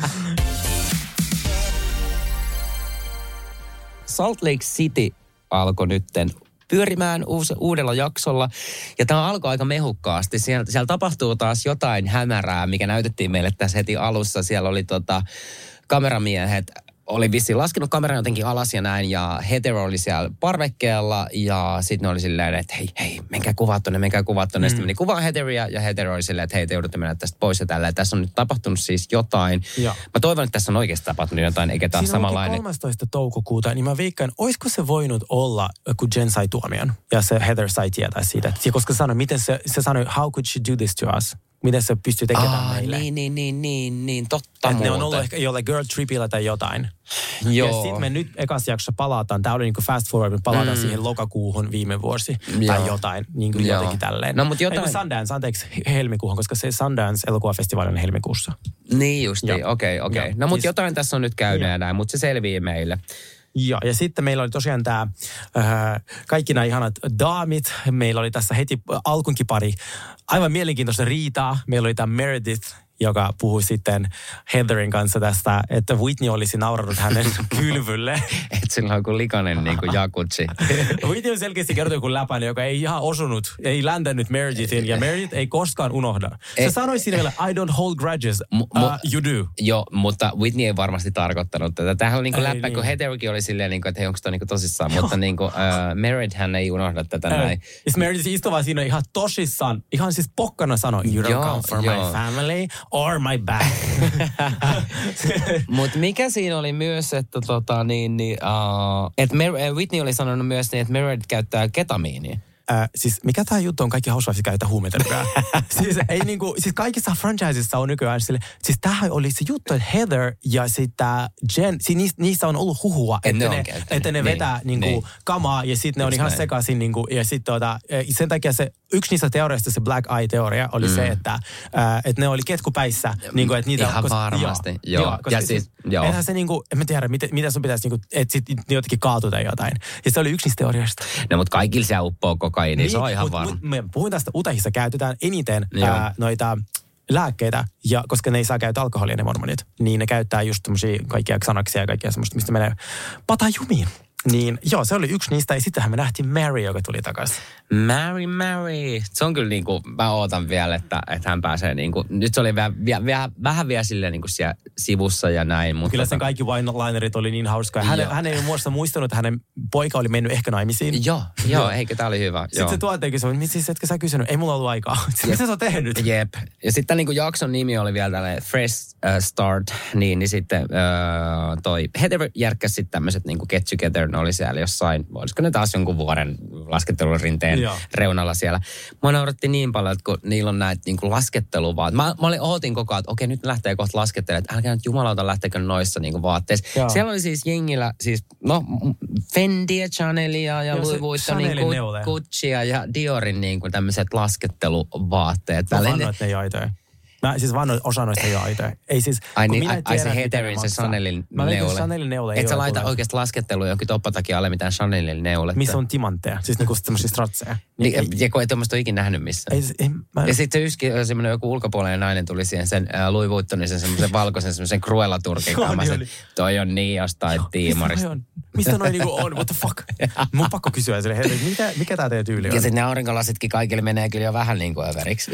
F: Salt Lake City alkoi nytten pyörimään uus, uudella jaksolla. Ja tämä alkoi aika mehukkaasti. Siellä, siellä tapahtuu taas jotain hämärää, mikä näytettiin meille tässä heti alussa. Siellä oli tota, kameramiehet, oli vissiin laskenut kameran jotenkin alas ja näin. Ja hetero oli siellä parvekkeella ja sitten ne oli silleen, että hei, hei, menkää kuvaa tonne, menkää kuvaa tonne. Mm. Sitten meni kuvaan heteroja ja hetero oli silleen, että hei, te joudutte mennä tästä pois ja tällä. Ja tässä on nyt tapahtunut siis jotain. Ja. Mä toivon, että tässä on oikeasti tapahtunut jotain, eikä taas siinä samanlainen.
E: Siinä kolmastoista toukokuuta, niin mä veikkaan, olisiko se voinut olla, kun Jen sai tuomion ja se Heather sai tietää siitä. Ja koska sanoi, miten se, se sanoi, how could she do this to us? miten se pystyy tekemään
F: Aa,
E: meille.
F: niin, niin, niin, niin, niin, totta
E: Et
F: muuten.
E: ne on ollut ehkä jollain girl tripillä tai jotain.
F: Joo.
E: Ja sitten me nyt ekassa jaksossa palataan, tämä oli niinku fast forward, me palataan mm. siihen lokakuuhun viime vuosi
F: Joo.
E: tai jotain, niin kuin jotenkin tälleen.
F: No, mutta jotain...
E: Ei Sundance, anteeksi, helmikuuhun, koska se Sundance-elokuvafestivaali on helmikuussa.
F: Niin justiin, okei, okei. Okay, okay. No, mutta
E: siis...
F: jotain tässä on nyt käynyt ja näin, mutta se selvii meille.
E: Joo, ja sitten meillä oli tosiaan tämä, äh, kaikki nämä ihanat daamit. Meillä oli tässä heti alkunkin pari aivan mielenkiintoista riitaa. Meillä oli tämä Meredith, joka puhui sitten Heatherin kanssa tästä, että Whitney olisi naurannut hänen kylvylle.
F: Että sillä on joku likainen niin kuin jakutsi.
E: Whitney on selkeästi kertoi joku läpäinen, joka ei ihan osunut, ei läntänyt Meredithin, ja Meredith ei koskaan unohda. Se et, sanoi siinä vielä, I don't hold grudges, uh, you do.
F: Joo, mutta Whitney ei varmasti tarkoittanut tätä. Tämähän oli niin kuin läppä, niin. kun Heatherkin oli silleen, niin kuin, että hei, onko toi niin kuin tosissaan, mutta niin kuin, uh, Meredith hän ei unohda tätä äh, näin.
E: Ja Meredith istui vaan siinä ihan tosissaan, ihan siis pokkana sanoi, you don't joo, come for joo. my family or my back.
F: Mutta mikä siinä oli myös, että tota niin, niin uh, että Mer- Whitney oli sanonut myös niin, että Meredith käyttää ketamiinia.
E: Äh, siis mikä tämä juttu on, kaikki Housewives käyttää huumeita nykyään. siis, ei niinku, siis kaikissa franchisissa on nykyään sille, siis tämähän oli se juttu, että Heather ja sitten Jen, siis niissä on ollut huhua, että ne, ne, että ne vetää niin, niinku niin. kamaa ja sitten ne on ihan näin. sekaisin niinku, ja sitten tota, sen takia se, yksi niistä teoriasta, se Black Eye-teoria, oli mm. se, että, äh, että ne oli ketkupäissä. Niinku, että niitä,
F: ihan
E: koska,
F: varmasti,
E: joo.
F: joo.
E: Koska,
F: ja siis, joo.
E: Eihän se niinku, en mä tiedä, mitä, mitä sun pitäisi, niinku, että sitten jotenkin kaatuta jotain. Ja se oli yksi niistä teoriasta.
F: No, mutta kaikilla se uppoo kokaini, niin, se on ihan
E: mut,
F: varma.
E: Mut, me puhuin tästä, Utahissa käytetään eniten ää, noita lääkkeitä, ja koska ne ei saa käyttää alkoholia ne mormonit, niin ne käyttää just tämmöisiä kaikkia Xanaxia ja kaikkia semmoista, mistä menee pata jumiin. Niin joo, se oli yksi niistä, ja sittenhän me nähtiin Mary, joka tuli takaisin.
F: Mary, Mary. Se on kyllä niin kuin, mä ootan vielä, että, että hän pääsee niin kuin, nyt se oli vähän, vähän, vähän vielä silleen niin kuin siellä sivussa ja näin. Mutta
E: kyllä sen kaikki wine-linerit oli niin hauskaa. Hän, hän ei muista muistanut, että hänen poika oli mennyt ehkä naimisiin.
F: Joo, joo, eikä tää oli hyvä.
E: Sitten se tuottajakin sanoi, että siis etkö sä kysynyt? Ei mulla ollut aikaa. Mitä sä oot tehnyt?
F: Jep. Ja sitten niin kuin jakson nimi oli vielä tällainen Fresh uh, Start, niin, niin sitten uh, toi Heather järkkäsi sitten tämmöiset niin kuin Get Together, ne oli siellä jossain, olisiko ne taas jonkun vuoden laskettelurinteen Joo. reunalla siellä. Mä nauratti niin paljon, että kun niillä on näitä niin kuin lasketteluvaat. Mä, mä olin, ootin koko ajan, että okei, nyt ne lähtee kohta laskettelemaan, että älkää nyt jumalauta lähteekö noissa niin kuin vaatteissa. Joo. Siellä oli siis jengillä, siis no Fendiä, Chanelia ja Louis Vuittonin, Guccia ja Diorin niin kuin tämmöiset lasketteluvaatteet.
E: Mä vannoin, että ne ei aitoja. Mä siis vannoin, osa noista ei ole aitoja. Ei siis,
F: ai niin, ai, ai se Heatherin, se Chanelin neule.
E: Chanelin neule.
F: Et sä laita oikeasti laskettelua jonkin toppatakia alle mitään Chanelin neuletta.
E: Missä on timantteja, siis niinku semmoisia stratseja.
F: Niin, ei, ja kun ei tuommoista ole ikinä nähnyt missään. Ei, ei, mä... Ja sitten se yski, semmoinen joku ulkopuolinen nainen tuli siihen sen äh, Louis Vuittonin sen semmoisen valkoisen semmoisen Cruella-turkin kanssa. Toi on niin jostain tiimarista.
E: Mistä noin niinku on? What the fuck? Mun pakko kysyä sille, hei, mikä, mikä tää teidän tyyli on?
F: Ja sitten ne aurinkolasitkin kaikille menee kyllä jo vähän niin kuin överiksi.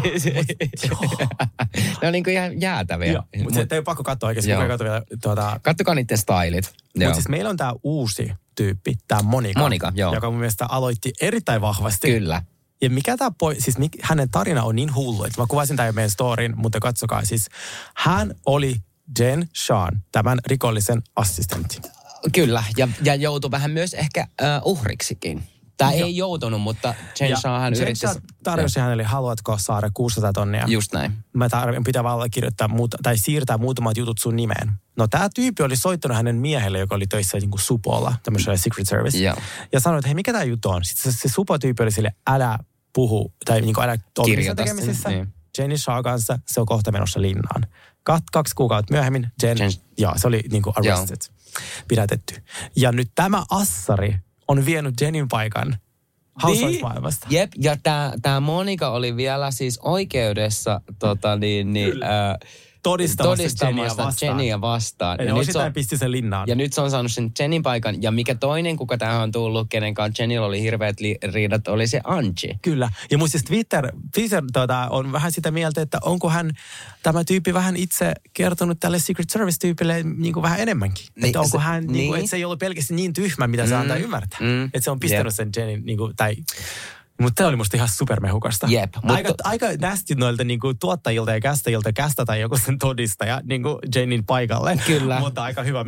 F: Ne on niin kuin ihan jäätäviä.
E: Joo, mutta se ei ole pakko katsoa oikeasti. Tuota...
F: Kattokaa niiden stylit.
E: Mutta siis meillä on tää uusi tyyppi, tää Monika.
F: Monika, joo.
E: Joka mun mielestä aloitti erittäin vahvasti.
F: Kyllä.
E: Ja mikä tää poi... Siis mik... hänen tarina on niin hullu, että mä kuvasin tää jo meidän storyin, mutta katsokaa siis. Hän oli Jen Shahn, tämän rikollisen assistentti.
F: Kyllä, ja, ja joutui vähän myös ehkä uh, uhriksikin. Tämä ei joutunut, mutta Jen Shah hän yritti...
E: Jen tarjosi hänelle, haluatko saada kuusisataa tonnia?
F: Just näin.
E: Mä tarvitsen, pitää vaan kirjoittaa muuta, tai siirtää muutamat jutut sun nimeen. No tämä tyyppi oli soittanut hänen miehelle, joka oli töissä niin kuin Supolla, tämmöisellä Secret Service.
F: Ja,
E: ja sanoi, että hei, mikä tämä juttu on? Sitten se, se Supo-tyyppi oli sille, älä puhu, tai niin kuin älä ole tekemisissä. Niin. Jen Shah kanssa, se on kohta menossa linnaan. Kat, kaksi kuukautta myöhemmin, Jen, Jen. Joo, se oli niin kuin arrested, joo. pidätetty. Ja nyt tämä assari on vienyt Jenin paikan Housewives-maailmasta.
F: Jep, ja tämä Monika oli vielä siis oikeudessa tota niin, niin, äh,
E: todistamassa,
F: todistamassa
E: Jenniä vastaan.
F: Jenniä vastaan.
E: Ja, ja nyt se on, pisti sen linnaan.
F: Ja nyt se on saanut sen Jennin paikan. Ja mikä toinen, kuka tähän on tullut, kenen kanssa Jennillä oli hirveät li- riidat, oli se Angie.
E: Kyllä. Ja muista Twitter, Twitter tuota, on vähän sitä mieltä, että onko hän, tämä tyyppi vähän itse kertonut tälle Secret Service-tyypille niin kuin vähän enemmänkin. Niin, että onko se, hän, niin. Niin kuin, että se ei ollut pelkästään niin tyhmä, mitä mm, se antaa ymmärtää. Mm, että se on pistänyt yep. sen Jennin, niin kuin, tai... Mutta tämä oli musta ihan supermehukasta.
F: Jep.
E: Aika, mutta... aika nästi noilta niinku tuottajilta ja kästäjiltä kästätä joku sen todistaja niinku Jennin paikalle.
F: Kyllä.
E: Mutta aika hyvä meille.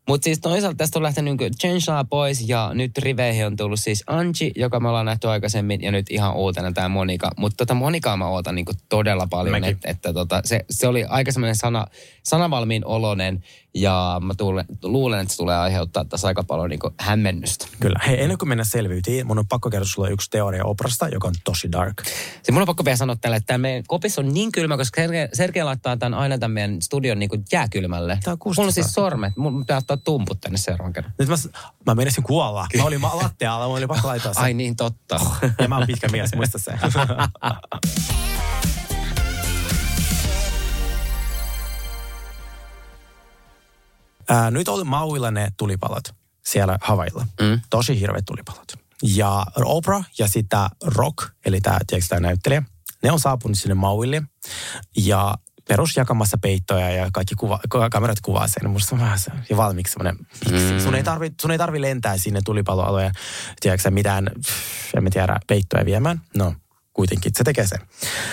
F: Mutta siis toisaalta tästä on lähtenyt niin Chensha pois ja nyt riveihin on tullut siis Angie, joka me ollaan nähty aikaisemmin ja nyt ihan uutena tämä Monika. Mutta tota Monikaa mä ootan niin todella paljon, että, että tota, se, se oli aika semmoinen sana, sanavalmiin oloinen ja mä tuulen, luulen, että se tulee aiheuttaa tässä aika paljon niin hämmennystä.
E: Kyllä. Hei, ennen kuin mennä selvyytiin, mun on pakko kertoa sulle yksi teoria Oprasta, joka on tosi dark.
F: Se mun on pakko vielä sanoa tälle, että tämä meidän kopissa on niin kylmä, koska Sergei, Sergei laittaa tämän aina tämän meidän studion niin kuin jääkylmälle. Tämä on kuustosta. Mulla on siis sormet. Mun pitää ottaa tumput tänne seuraavan kerran.
E: Nyt mä, mä menisin kuolla. Mä olin lattealla, mä olin pakko laittaa sen.
F: Ai niin, totta.
E: Ja mä oon pitkä mies, muista se. Ää, nyt oli Mauilla ne tulipalot siellä Havailla. Mm. Tosi hirveät tulipalot. Ja Oprah ja sitä Rock, eli tämä, tiedätkö tämä näyttelijä, ne on saapunut sinne Mauille ja perus jakamassa peittoja ja kaikki kuva, kamerat kuvaa sen. Musta on vähän se, ja valmiiksi semmoinen, miksi? Mm. Sun ei tarvi, sun ei tarvi lentää sinne tulipaloalueen, tiedätkö mitään, en tiedä, peittoja viemään. No, kuitenkin se tekee sen.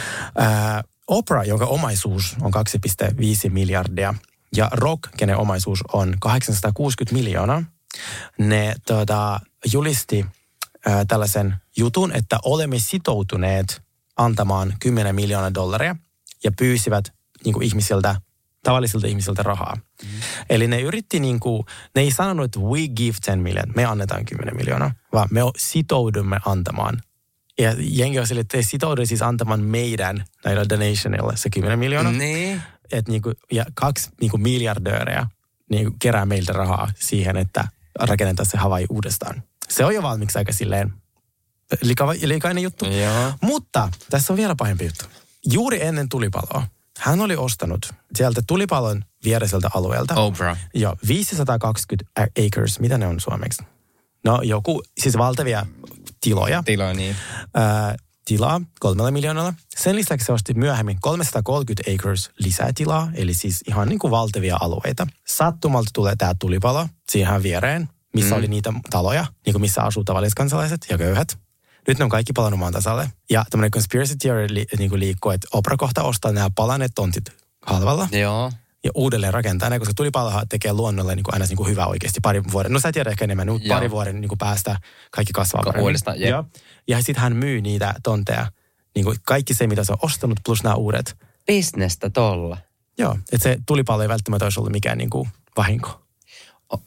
E: Ää, Oprah, jonka omaisuus on kaksi pilkku viisi miljardia, ja Rock, kenen omaisuus on kahdeksansataakuusikymmentä miljoonaa, ne tuota, julisti ää, tällaisen jutun, että olemme sitoutuneet antamaan kymmenen miljoonaa dollaria ja pyysivät niin kuin ihmisiltä, tavallisilta ihmisiltä rahaa. Mm. Eli ne yritti niin kuin, ne ei sanonut, että we give ten million, me annetaan kymmenen miljoonaa, vaan me sitoudumme antamaan. Ja jengi on sille, että ei sitoudu siis antamaan meidän näillä donationilla se kymmenen miljoonaa.
F: Niin.
E: Että niin kuin, ja kaksi niin kuin miljardööriä niin kuin kerää meiltä rahaa siihen, että rakennetaan se Hawaii uudestaan. Se on jo valmiiksi aika silleen lika, likainen juttu.
F: Joo.
E: Mutta tässä on vielä pahempi juttu. Juuri ennen tulipaloa hän oli ostanut sieltä tulipalon viereiseltä alueelta.
F: Oprah.
E: Joo, viisisataakaksikymmentä acres. Mitä ne on suomeksi? No joku, siis valtavia tiloja.
F: Tiloja, niin.
E: Ää, tilaa kolmella miljoonalla. Sen lisäksi se osti myöhemmin kolmesataakolmekymmentä acres lisää tilaa, eli siis ihan niin kuin valtavia alueita. Sattumalta tulee tämä tulipalo siihen viereen, missä mm. oli niitä taloja, niin kuin missä asuu tavalliset kansalaiset ja köyhät. Nyt ne on kaikki palannut maan tasalle. Ja tämmöinen conspiracy theory li, niin kuin liikkuu, että Oprah kohta ostaa nämä palaneet tontit halvalla.
F: Joo.
E: Ja uudelleen rakentaa ne, koska tulipalohan tekee luonnolle niin kuin aina niin kuin hyvä oikeasti pari vuoden. No sä tiedät ehkä enemmän, mutta pari vuoden niin kuin päästä kaikki kasvaa paremmin.
F: Uudestaan, yeah.
E: Ja sitten hän myy niitä tonteja. Niin kuin kaikki se, mitä se on ostanut, plus nämä uudet.
F: Bisnestä tolla.
E: Joo, että se tulipalo ei välttämättä olisi ollut mikään niin kuin vahinko.
F: O-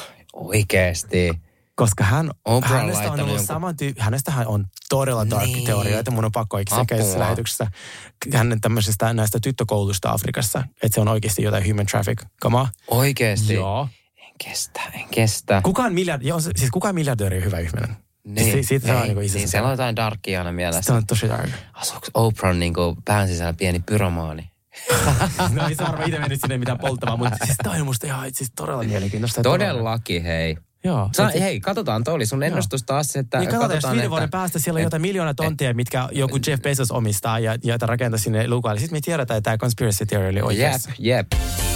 F: oikeesti.
E: Koska hän,
F: hänestä
E: on ollut
F: jonkun...
E: saman tyy- hänestähän on todella dark
F: niin.
E: teorioita. Mun on pakko oikeasti käydä lähetyksessä hänen tämmöisestä näistä tyttökoulusta Afrikassa. Että se on oikeasti jotain human traffic-kamaa.
F: Oikeesti?
E: Joo.
F: En kestä, en kestä.
E: Kukaan miljard, joo, siis kukaan miljardööri on hyvä ihminen.
F: Niin,
E: siis siitä
F: ei,
E: saa niin kuin
F: niin siellä on jotain darkia aina mielessä.
E: Se on tosi dark.
F: Asuuko Oprah niin kuin pään sisällä pieni pyromaani?
E: No ei se varmaan itse mennyt sinne mitään polttamaan, mutta siis tämä on musta ihan siis todella mielenkiintoista.
F: Todellakin, hei.
E: Joo.
F: Sa, et, hei, katsotaan, toi oli sun ennustus taas, että
E: niin katsotaan, jos viiden vuoden
F: että,
E: päästä siellä on
F: et,
E: jotain miljoona tontia, et, mitkä joku Jeff Bezos omistaa ja joita rakentaa sinne luukaille. Sitten me tiedetään, että tämä conspiracy theory oli oikeassa.
F: Jep, jep.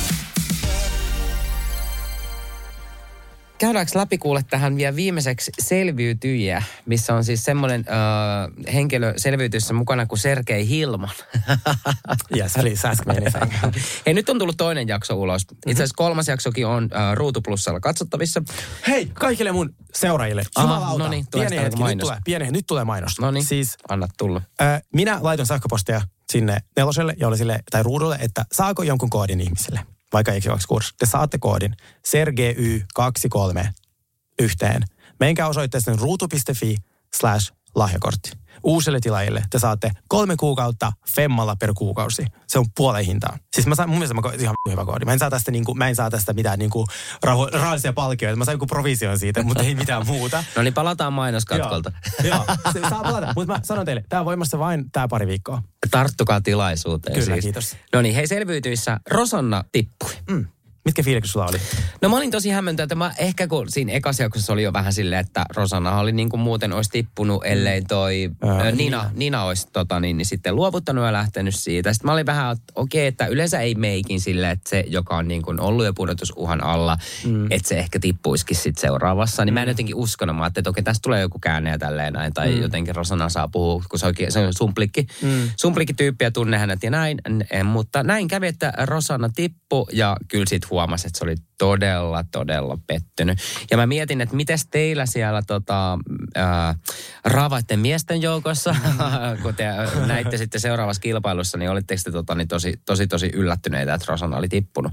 F: Käydäänkö läpi kuule tähän vielä viimeiseksi selviytyjiä, missä on siis semmoinen äh, henkilö selviytyessä mukana kuin Sergei Hilman.
E: Yes, please ask me anything.
F: Hei, nyt on tullut toinen jakso ulos. Itse asiassa kolmas jaksokin on äh, Ruutu Plussalla katsottavissa.
E: Hei, kaikille mun seuraajille.
F: Aha, no niin,
E: pieni hetki, nyt tulee, pieni, nyt tulee mainos.
F: No niin,
E: siis,
F: anna tulla.
E: Äh, minä laitoin sähköpostia sinne neloselle ja oli sille, tai ruudulle, että saako jonkun koodin ihmiselle. Vaikka ei kaksi kurssi. Te saatte koodin sergey kaksikymmentäkolme yhteen. Menkää osoitteeseen ruutu piste fi slash lahjakortti. Uusille tilaajille te saatte kolme kuukautta femmalla per kuukausi. Se on puoleen hintaa. Siis mä saan, mun mielestä mä ihan hyvä koodi. Mä en saa tästä, niinku, mä en saa tästä mitään niinku, raho, rahallisia palkkioita. Mä saan joku provision siitä, mutta ei mitään muuta.
F: No niin, palataan mainoskatkolta.
E: Joo, se saa palata. Mutta mä sanon teille, tää on voimassa vain tää pari viikkoa.
F: Tarttukaa tilaisuuteen.
E: Kyllä,
F: siis.
E: Kiitos.
F: No niin, hei, selviytyissä Rosanna tippui.
E: Mm. Mitkä fiilikset sulla oli?
F: No mä olin tosi hämmentynyt, että mä ehkä kun siinä ekassa jaksossa oli jo vähän silleen, että Rosanna oli niin kuin muuten olisi tippunut, ellei toi
E: Ää,
F: Nina,
E: Nina.
F: Nina olisi tota, niin, niin sitten luovuttanut ja lähtenyt siitä. Sitten mä olin vähän, että okei, okay, että yleensä ei meikin silleen, että se, joka on niin kuin ollut jo pudotusuhan alla, mm. että se ehkä tippuisikin sitten seuraavassa. Niin mm. mä en jotenkin uskonut, että okei, okay, tästä tulee joku käänne ja tälleen näin, tai mm. jotenkin Rosanna saa puhua, kun se, oikein, se on sumplikki, mm. sumplikki tyyppi ja tunne hänet ja näin. Mutta näin kävi, että Rosanna tippui ja kyllä sit huomasi, että se oli todella, todella pettynyt. Ja mä mietin, että mites teillä siellä tota, ää, raavaitten miesten joukossa, kun te näitte sitten seuraavassa kilpailussa, niin olitteko te tota, niin tosi, tosi, tosi yllättyneitä, että Rosanna oli tippunut?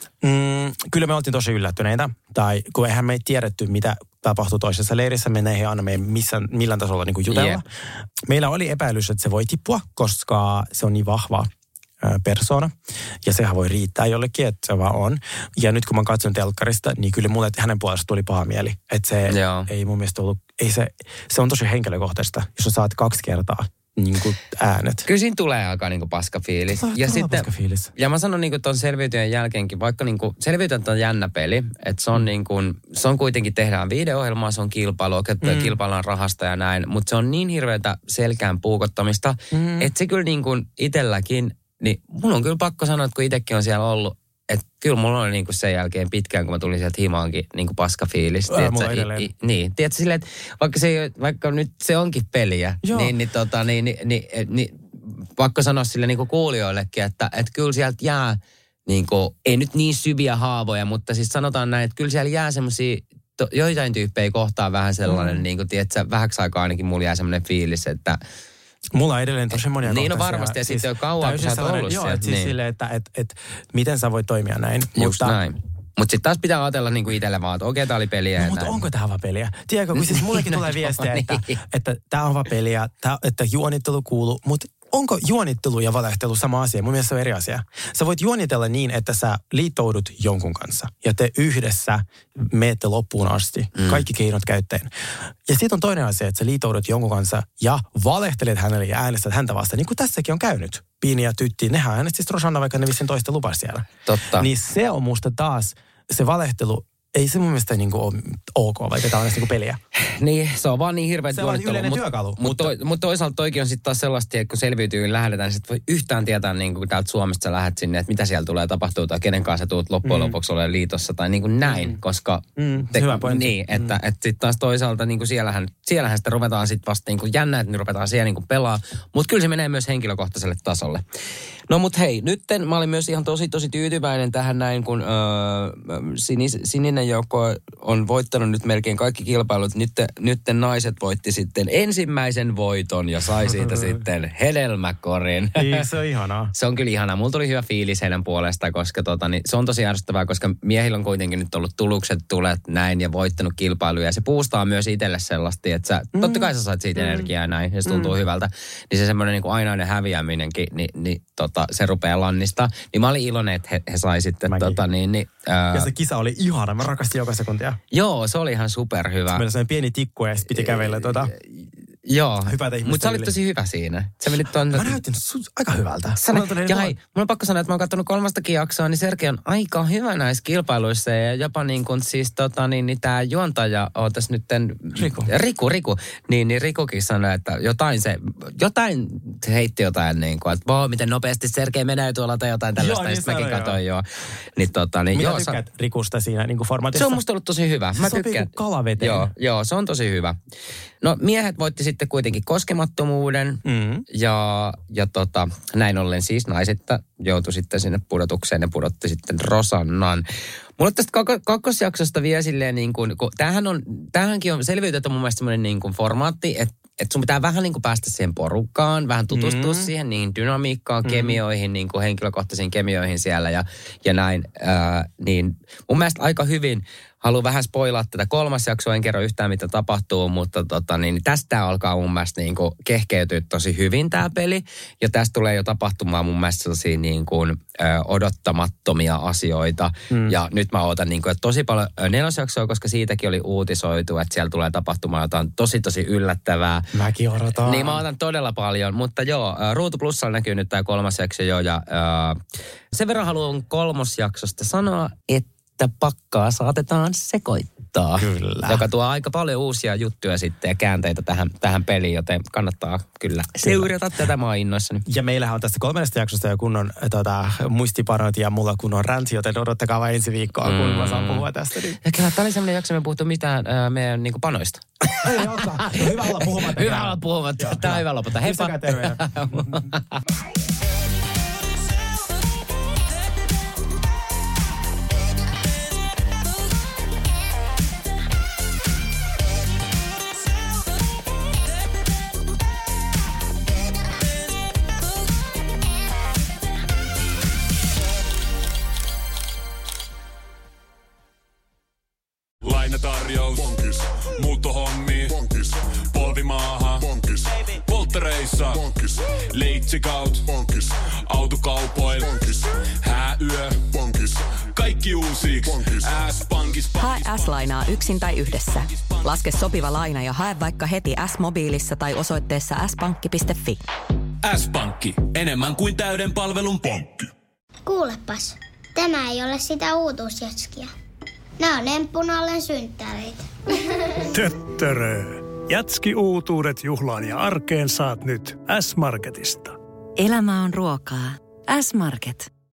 E: Mm, kyllä me oltiin tosi yllättyneitä. Tai kun eihän me ei tiedetty, mitä tapahtui toisessa leirissä. Me ei anna meidän missään, millään tasolla niin kuin jutella. Yeah. Meillä oli epäilys, että se voi tippua, koska se on niin vahva persona. Ja sehän voi riittää jollekin, että se vaan on. Ja nyt kun mä katson telkkarista, niin kyllä mulle hänen puolesta tuli paha mieli. Että se Joo. ei mun mielestä ollut, ei se, se on tosi henkilökohtaista, jos sä saat kaksi kertaa niin kuin äänet.
F: Kyllä siinä tulee aika niin kuin paska fiilis. Ja, sitten, paska fiilis. Ja mä sanon niin kuin ton selviytyjen jälkeenkin, vaikka niin kuin selviytyjät on jännä peli, että se on niin kuin, se on kuitenkin tehdään videoohjelmaa, se on kilpailu, mm. kilpaillaan rahasta ja näin, mutta se on niin hirveätä selkään puukottamista, mm. että se kyllä niin kuin itselläkin, niin mun on kyllä pakko sanoa, että kun itsekin on siellä ollut, että kyllä mulla oli niinku sen jälkeen pitkään, kun mä tulin sieltä himaankin niinku paska fiilis.
E: Ää, mulla edelleen.
F: I, i, niin, tiedätkö silleen, että vaikka, se ei, vaikka nyt se onkin peliä, niin, niin, tota, niin, niin, niin, niin pakko sanoa sille niinku kuulijoillekin, että, että kyllä sieltä jää, niinku, ei nyt niin syviä haavoja, mutta siis sanotaan näin, että kyllä siellä jää semmoisia, joitain tyyppejä kohtaa vähän sellainen, mm. niin kuin tiedätkö, vähäksi aikaa ainakin mulla jää semmoinen fiilis, että
E: mulla on edelleen tosi monia
F: niin on varmasti, ja sitten siis, jo kauan, kun sä oot ollut
E: joo,
F: sieltä.
E: Siis niin. silleen, että et, et, miten sä voit toimia näin.
F: Just mutta, näin. Mutta sitten taas pitää ajatella niinku itselle vaan, että okei, tää oli peliä.
E: No, mutta näin. Onko tää vaan peliä? Tiedätkö, kun siis mullekin tulee viestiä, että, että tää on vaan peliä, tää, että juonittelu kuuluu, mutta onko juonittelu ja valehtelu sama asia? Mun mielestä se on eri asia. Sä voit juonitella niin, että sä liittoudut jonkun kanssa ja te yhdessä menette loppuun asti. Mm. Kaikki keinot käyttäen. Ja sitten on toinen asia, että sä liitoudut jonkun kanssa ja valehtelet hänelle ja äänestät häntä vastaan. Niin kuin tässäkin on käynyt. Piini ja Tytti, nehän äänestit Rosanna, vaikka ne vissiin toista lupas siellä.
F: Totta.
E: Niin se on musta taas, se valehtelu, ei se mun mielestä niin kuin ole ok, vaikka tämä on niin kuin peliä.
F: Niin, se on vaan niin hirveä
E: se on yleinen mut, työkalu.
F: Mutta mutta to, mut toisaalta toikin on sitten taas sellaista, että kun selviytyy lähdetään, niin sitten voi yhtään tietää, niin kun täältä Suomesta sä lähdet sinne, että mitä siellä tulee tapahtua tai kenen kanssa tuut loppujen mm. lopuksi olemaan liitossa tai niin kuin näin, mm. koska
E: mm. te, hyvä pointti.
F: Niin, että mm. et sitten taas toisaalta niin kuin siellähän, siellähän sitten ruvetaan sitten vasta niin kuin jännä, että niin ruvetaan siellä niin kuin pelaa, mutta kyllä se menee myös henkilökohtaiselle tasolle. No mut hei, nytten mä olin myös ihan tosi tosi tyytyväinen tähän näin, kun öö, sinis, sininen joukko on voittanut nyt melkein kaikki kilpailut. Nyt, nytten naiset voitti sitten ensimmäisen voiton ja sai siitä sitten hedelmäkorin.
E: Niin, se on ihanaa.
F: Se on kyllä ihanaa. Mulla tuli hyvä fiilis heidän puolesta, koska tota, niin, se on tosi ärsyttävää, koska miehillä on kuitenkin nyt ollut tulukset, tulet näin ja voittanut kilpailuja. Ja se puustaa myös itselle sellaista, että sä, mm. totta kai sä saat siitä mm. energiaa näin ja se tuntuu mm. hyvältä. Niin se semmoinen niin kuin ainainen häviäminenkin, niin, niin tota, se rupeaa lannista. Niin mä olin iloinen, että he, he sai sitten tota niin, niin ää...
E: ja se kisa oli ihana. Mä rakastin joka sekuntia.
F: Joo, se oli ihan superhyvä.
E: Meillä oli pieni tikku ja sitten piti kävellä tuota.
F: Joo, mutta sä olit tosi hyvä siinä. Sä menit tuonne.
E: Mä näytin aika hyvältä.
F: Sä nä- ja hei, mun on pakko sanoa, että mä oon katsonut kolmastakin jaksoa, niin Sergei on aika hyvä näissä kilpailuissa. Ja jopa niin kuin siis tota niin, niin tää juontaja on tässä nytten...
E: Riku.
F: Riku, Riku. Niin, niin Rikukin sanoi, että jotain se, jotain se heitti jotain niin kuin, että vau, miten nopeasti Sergei menee tuolla tai jotain tällaista. Joo, niin ja mäkin katsoin joo. Niin tota niin...
E: Mitä
F: joo,
E: tykkäät sa- Rikusta siinä niin kuin formaatissa?
F: Se on musta ollut tosi hyvä.
E: Se
F: mä
E: sopii
F: tykkään.
E: kuin kalaveteen.
F: Joo, joo, se on tosi hyvä. No miehet voitti sitten kuitenkin koskemattomuuden mm. ja, ja tota, näin ollen siis naiset joutui sitten sinne pudotukseen ja pudotti sitten Rosannan. Mulla tästä kak- kakkosjaksosta vielä silleen niin kuin, kun tämähän on, tämähänkin on selviytynyt mun mielestä semmoinen niin kuin formaatti, että että sun pitää vähän niin kuin päästä siihen porukkaan, vähän tutustua mm. siihen niin dynamiikkaan, mm. kemioihin, niin kuin henkilökohtaisiin kemioihin siellä ja, ja näin. Ää, niin mun mielestä aika hyvin, haluan vähän spoilaa tätä kolmas jaksoa, en kerro yhtään mitä tapahtuu, mutta tota, niin tästä alkaa mun mielestä niin kuin kehkeytyä tosi hyvin tämä peli. Ja tästä tulee jo tapahtumaan mun mielestä sellaisia niin kuin, ö, odottamattomia asioita. Mm. Ja nyt mä ootan niin kuin, että tosi paljon nelosjaksoa, koska siitäkin oli uutisoitu, että siellä tulee tapahtumaan jotain tosi tosi yllättävää.
E: Mäkin odotan.
F: Niin mä otan todella paljon, mutta joo, Ruutu Plussalla näkyy nyt tämä kolmas jakso jo. Ja ö, sen verran haluan kolmosjaksosta sanoa, että että pakkaa saatetaan sekoittaa.
E: Kyllä.
F: Joka tuo aika paljon uusia juttuja sitten ja käänteitä tähän, tähän peliin, joten kannattaa kyllä seurata tätä. Mä oon innoissani.
E: Ja meillähän on tästä kolmannesta jaksosta jo kunnon tota, muistipanot ja mulla kunnon ränti, joten odottakaa vain ensi viikkoa, mm. kun mä saan puhua tästä. Niin.
F: Ja kyllä, tää oli sellainen jakso, me puhuttu mitään äh, meidän niin kuin panoista.
E: Ei olekaan. No, hyvä olla puhumatta.
F: Hyvä olla puhumatta. Tää on hyvä lopettaa. Heippa.
A: Pankissa,
G: Pankis.
A: Leitsikaut,
G: Pankis.
A: autokaupoil,
G: Pankis.
A: hääyö,
G: Pankis.
A: kaikki uusiiksi. S-pankis.
C: Hae S-lainaa yksin tai yhdessä. Laske sopiva laina ja hae vaikka heti S-mobiilissa tai osoitteessa s pankki piste fi.
A: S-pankki, enemmän kuin täyden palvelun pankki.
I: Kuulepas, tämä ei ole sitä uutuusjatskia. Nämä on emppunallen synttäreitä.
J: Töttörö. Jätski-uutuudet juhlaan ja arkeen saat nyt S-Marketista.
K: Elämä on ruokaa. S-Market.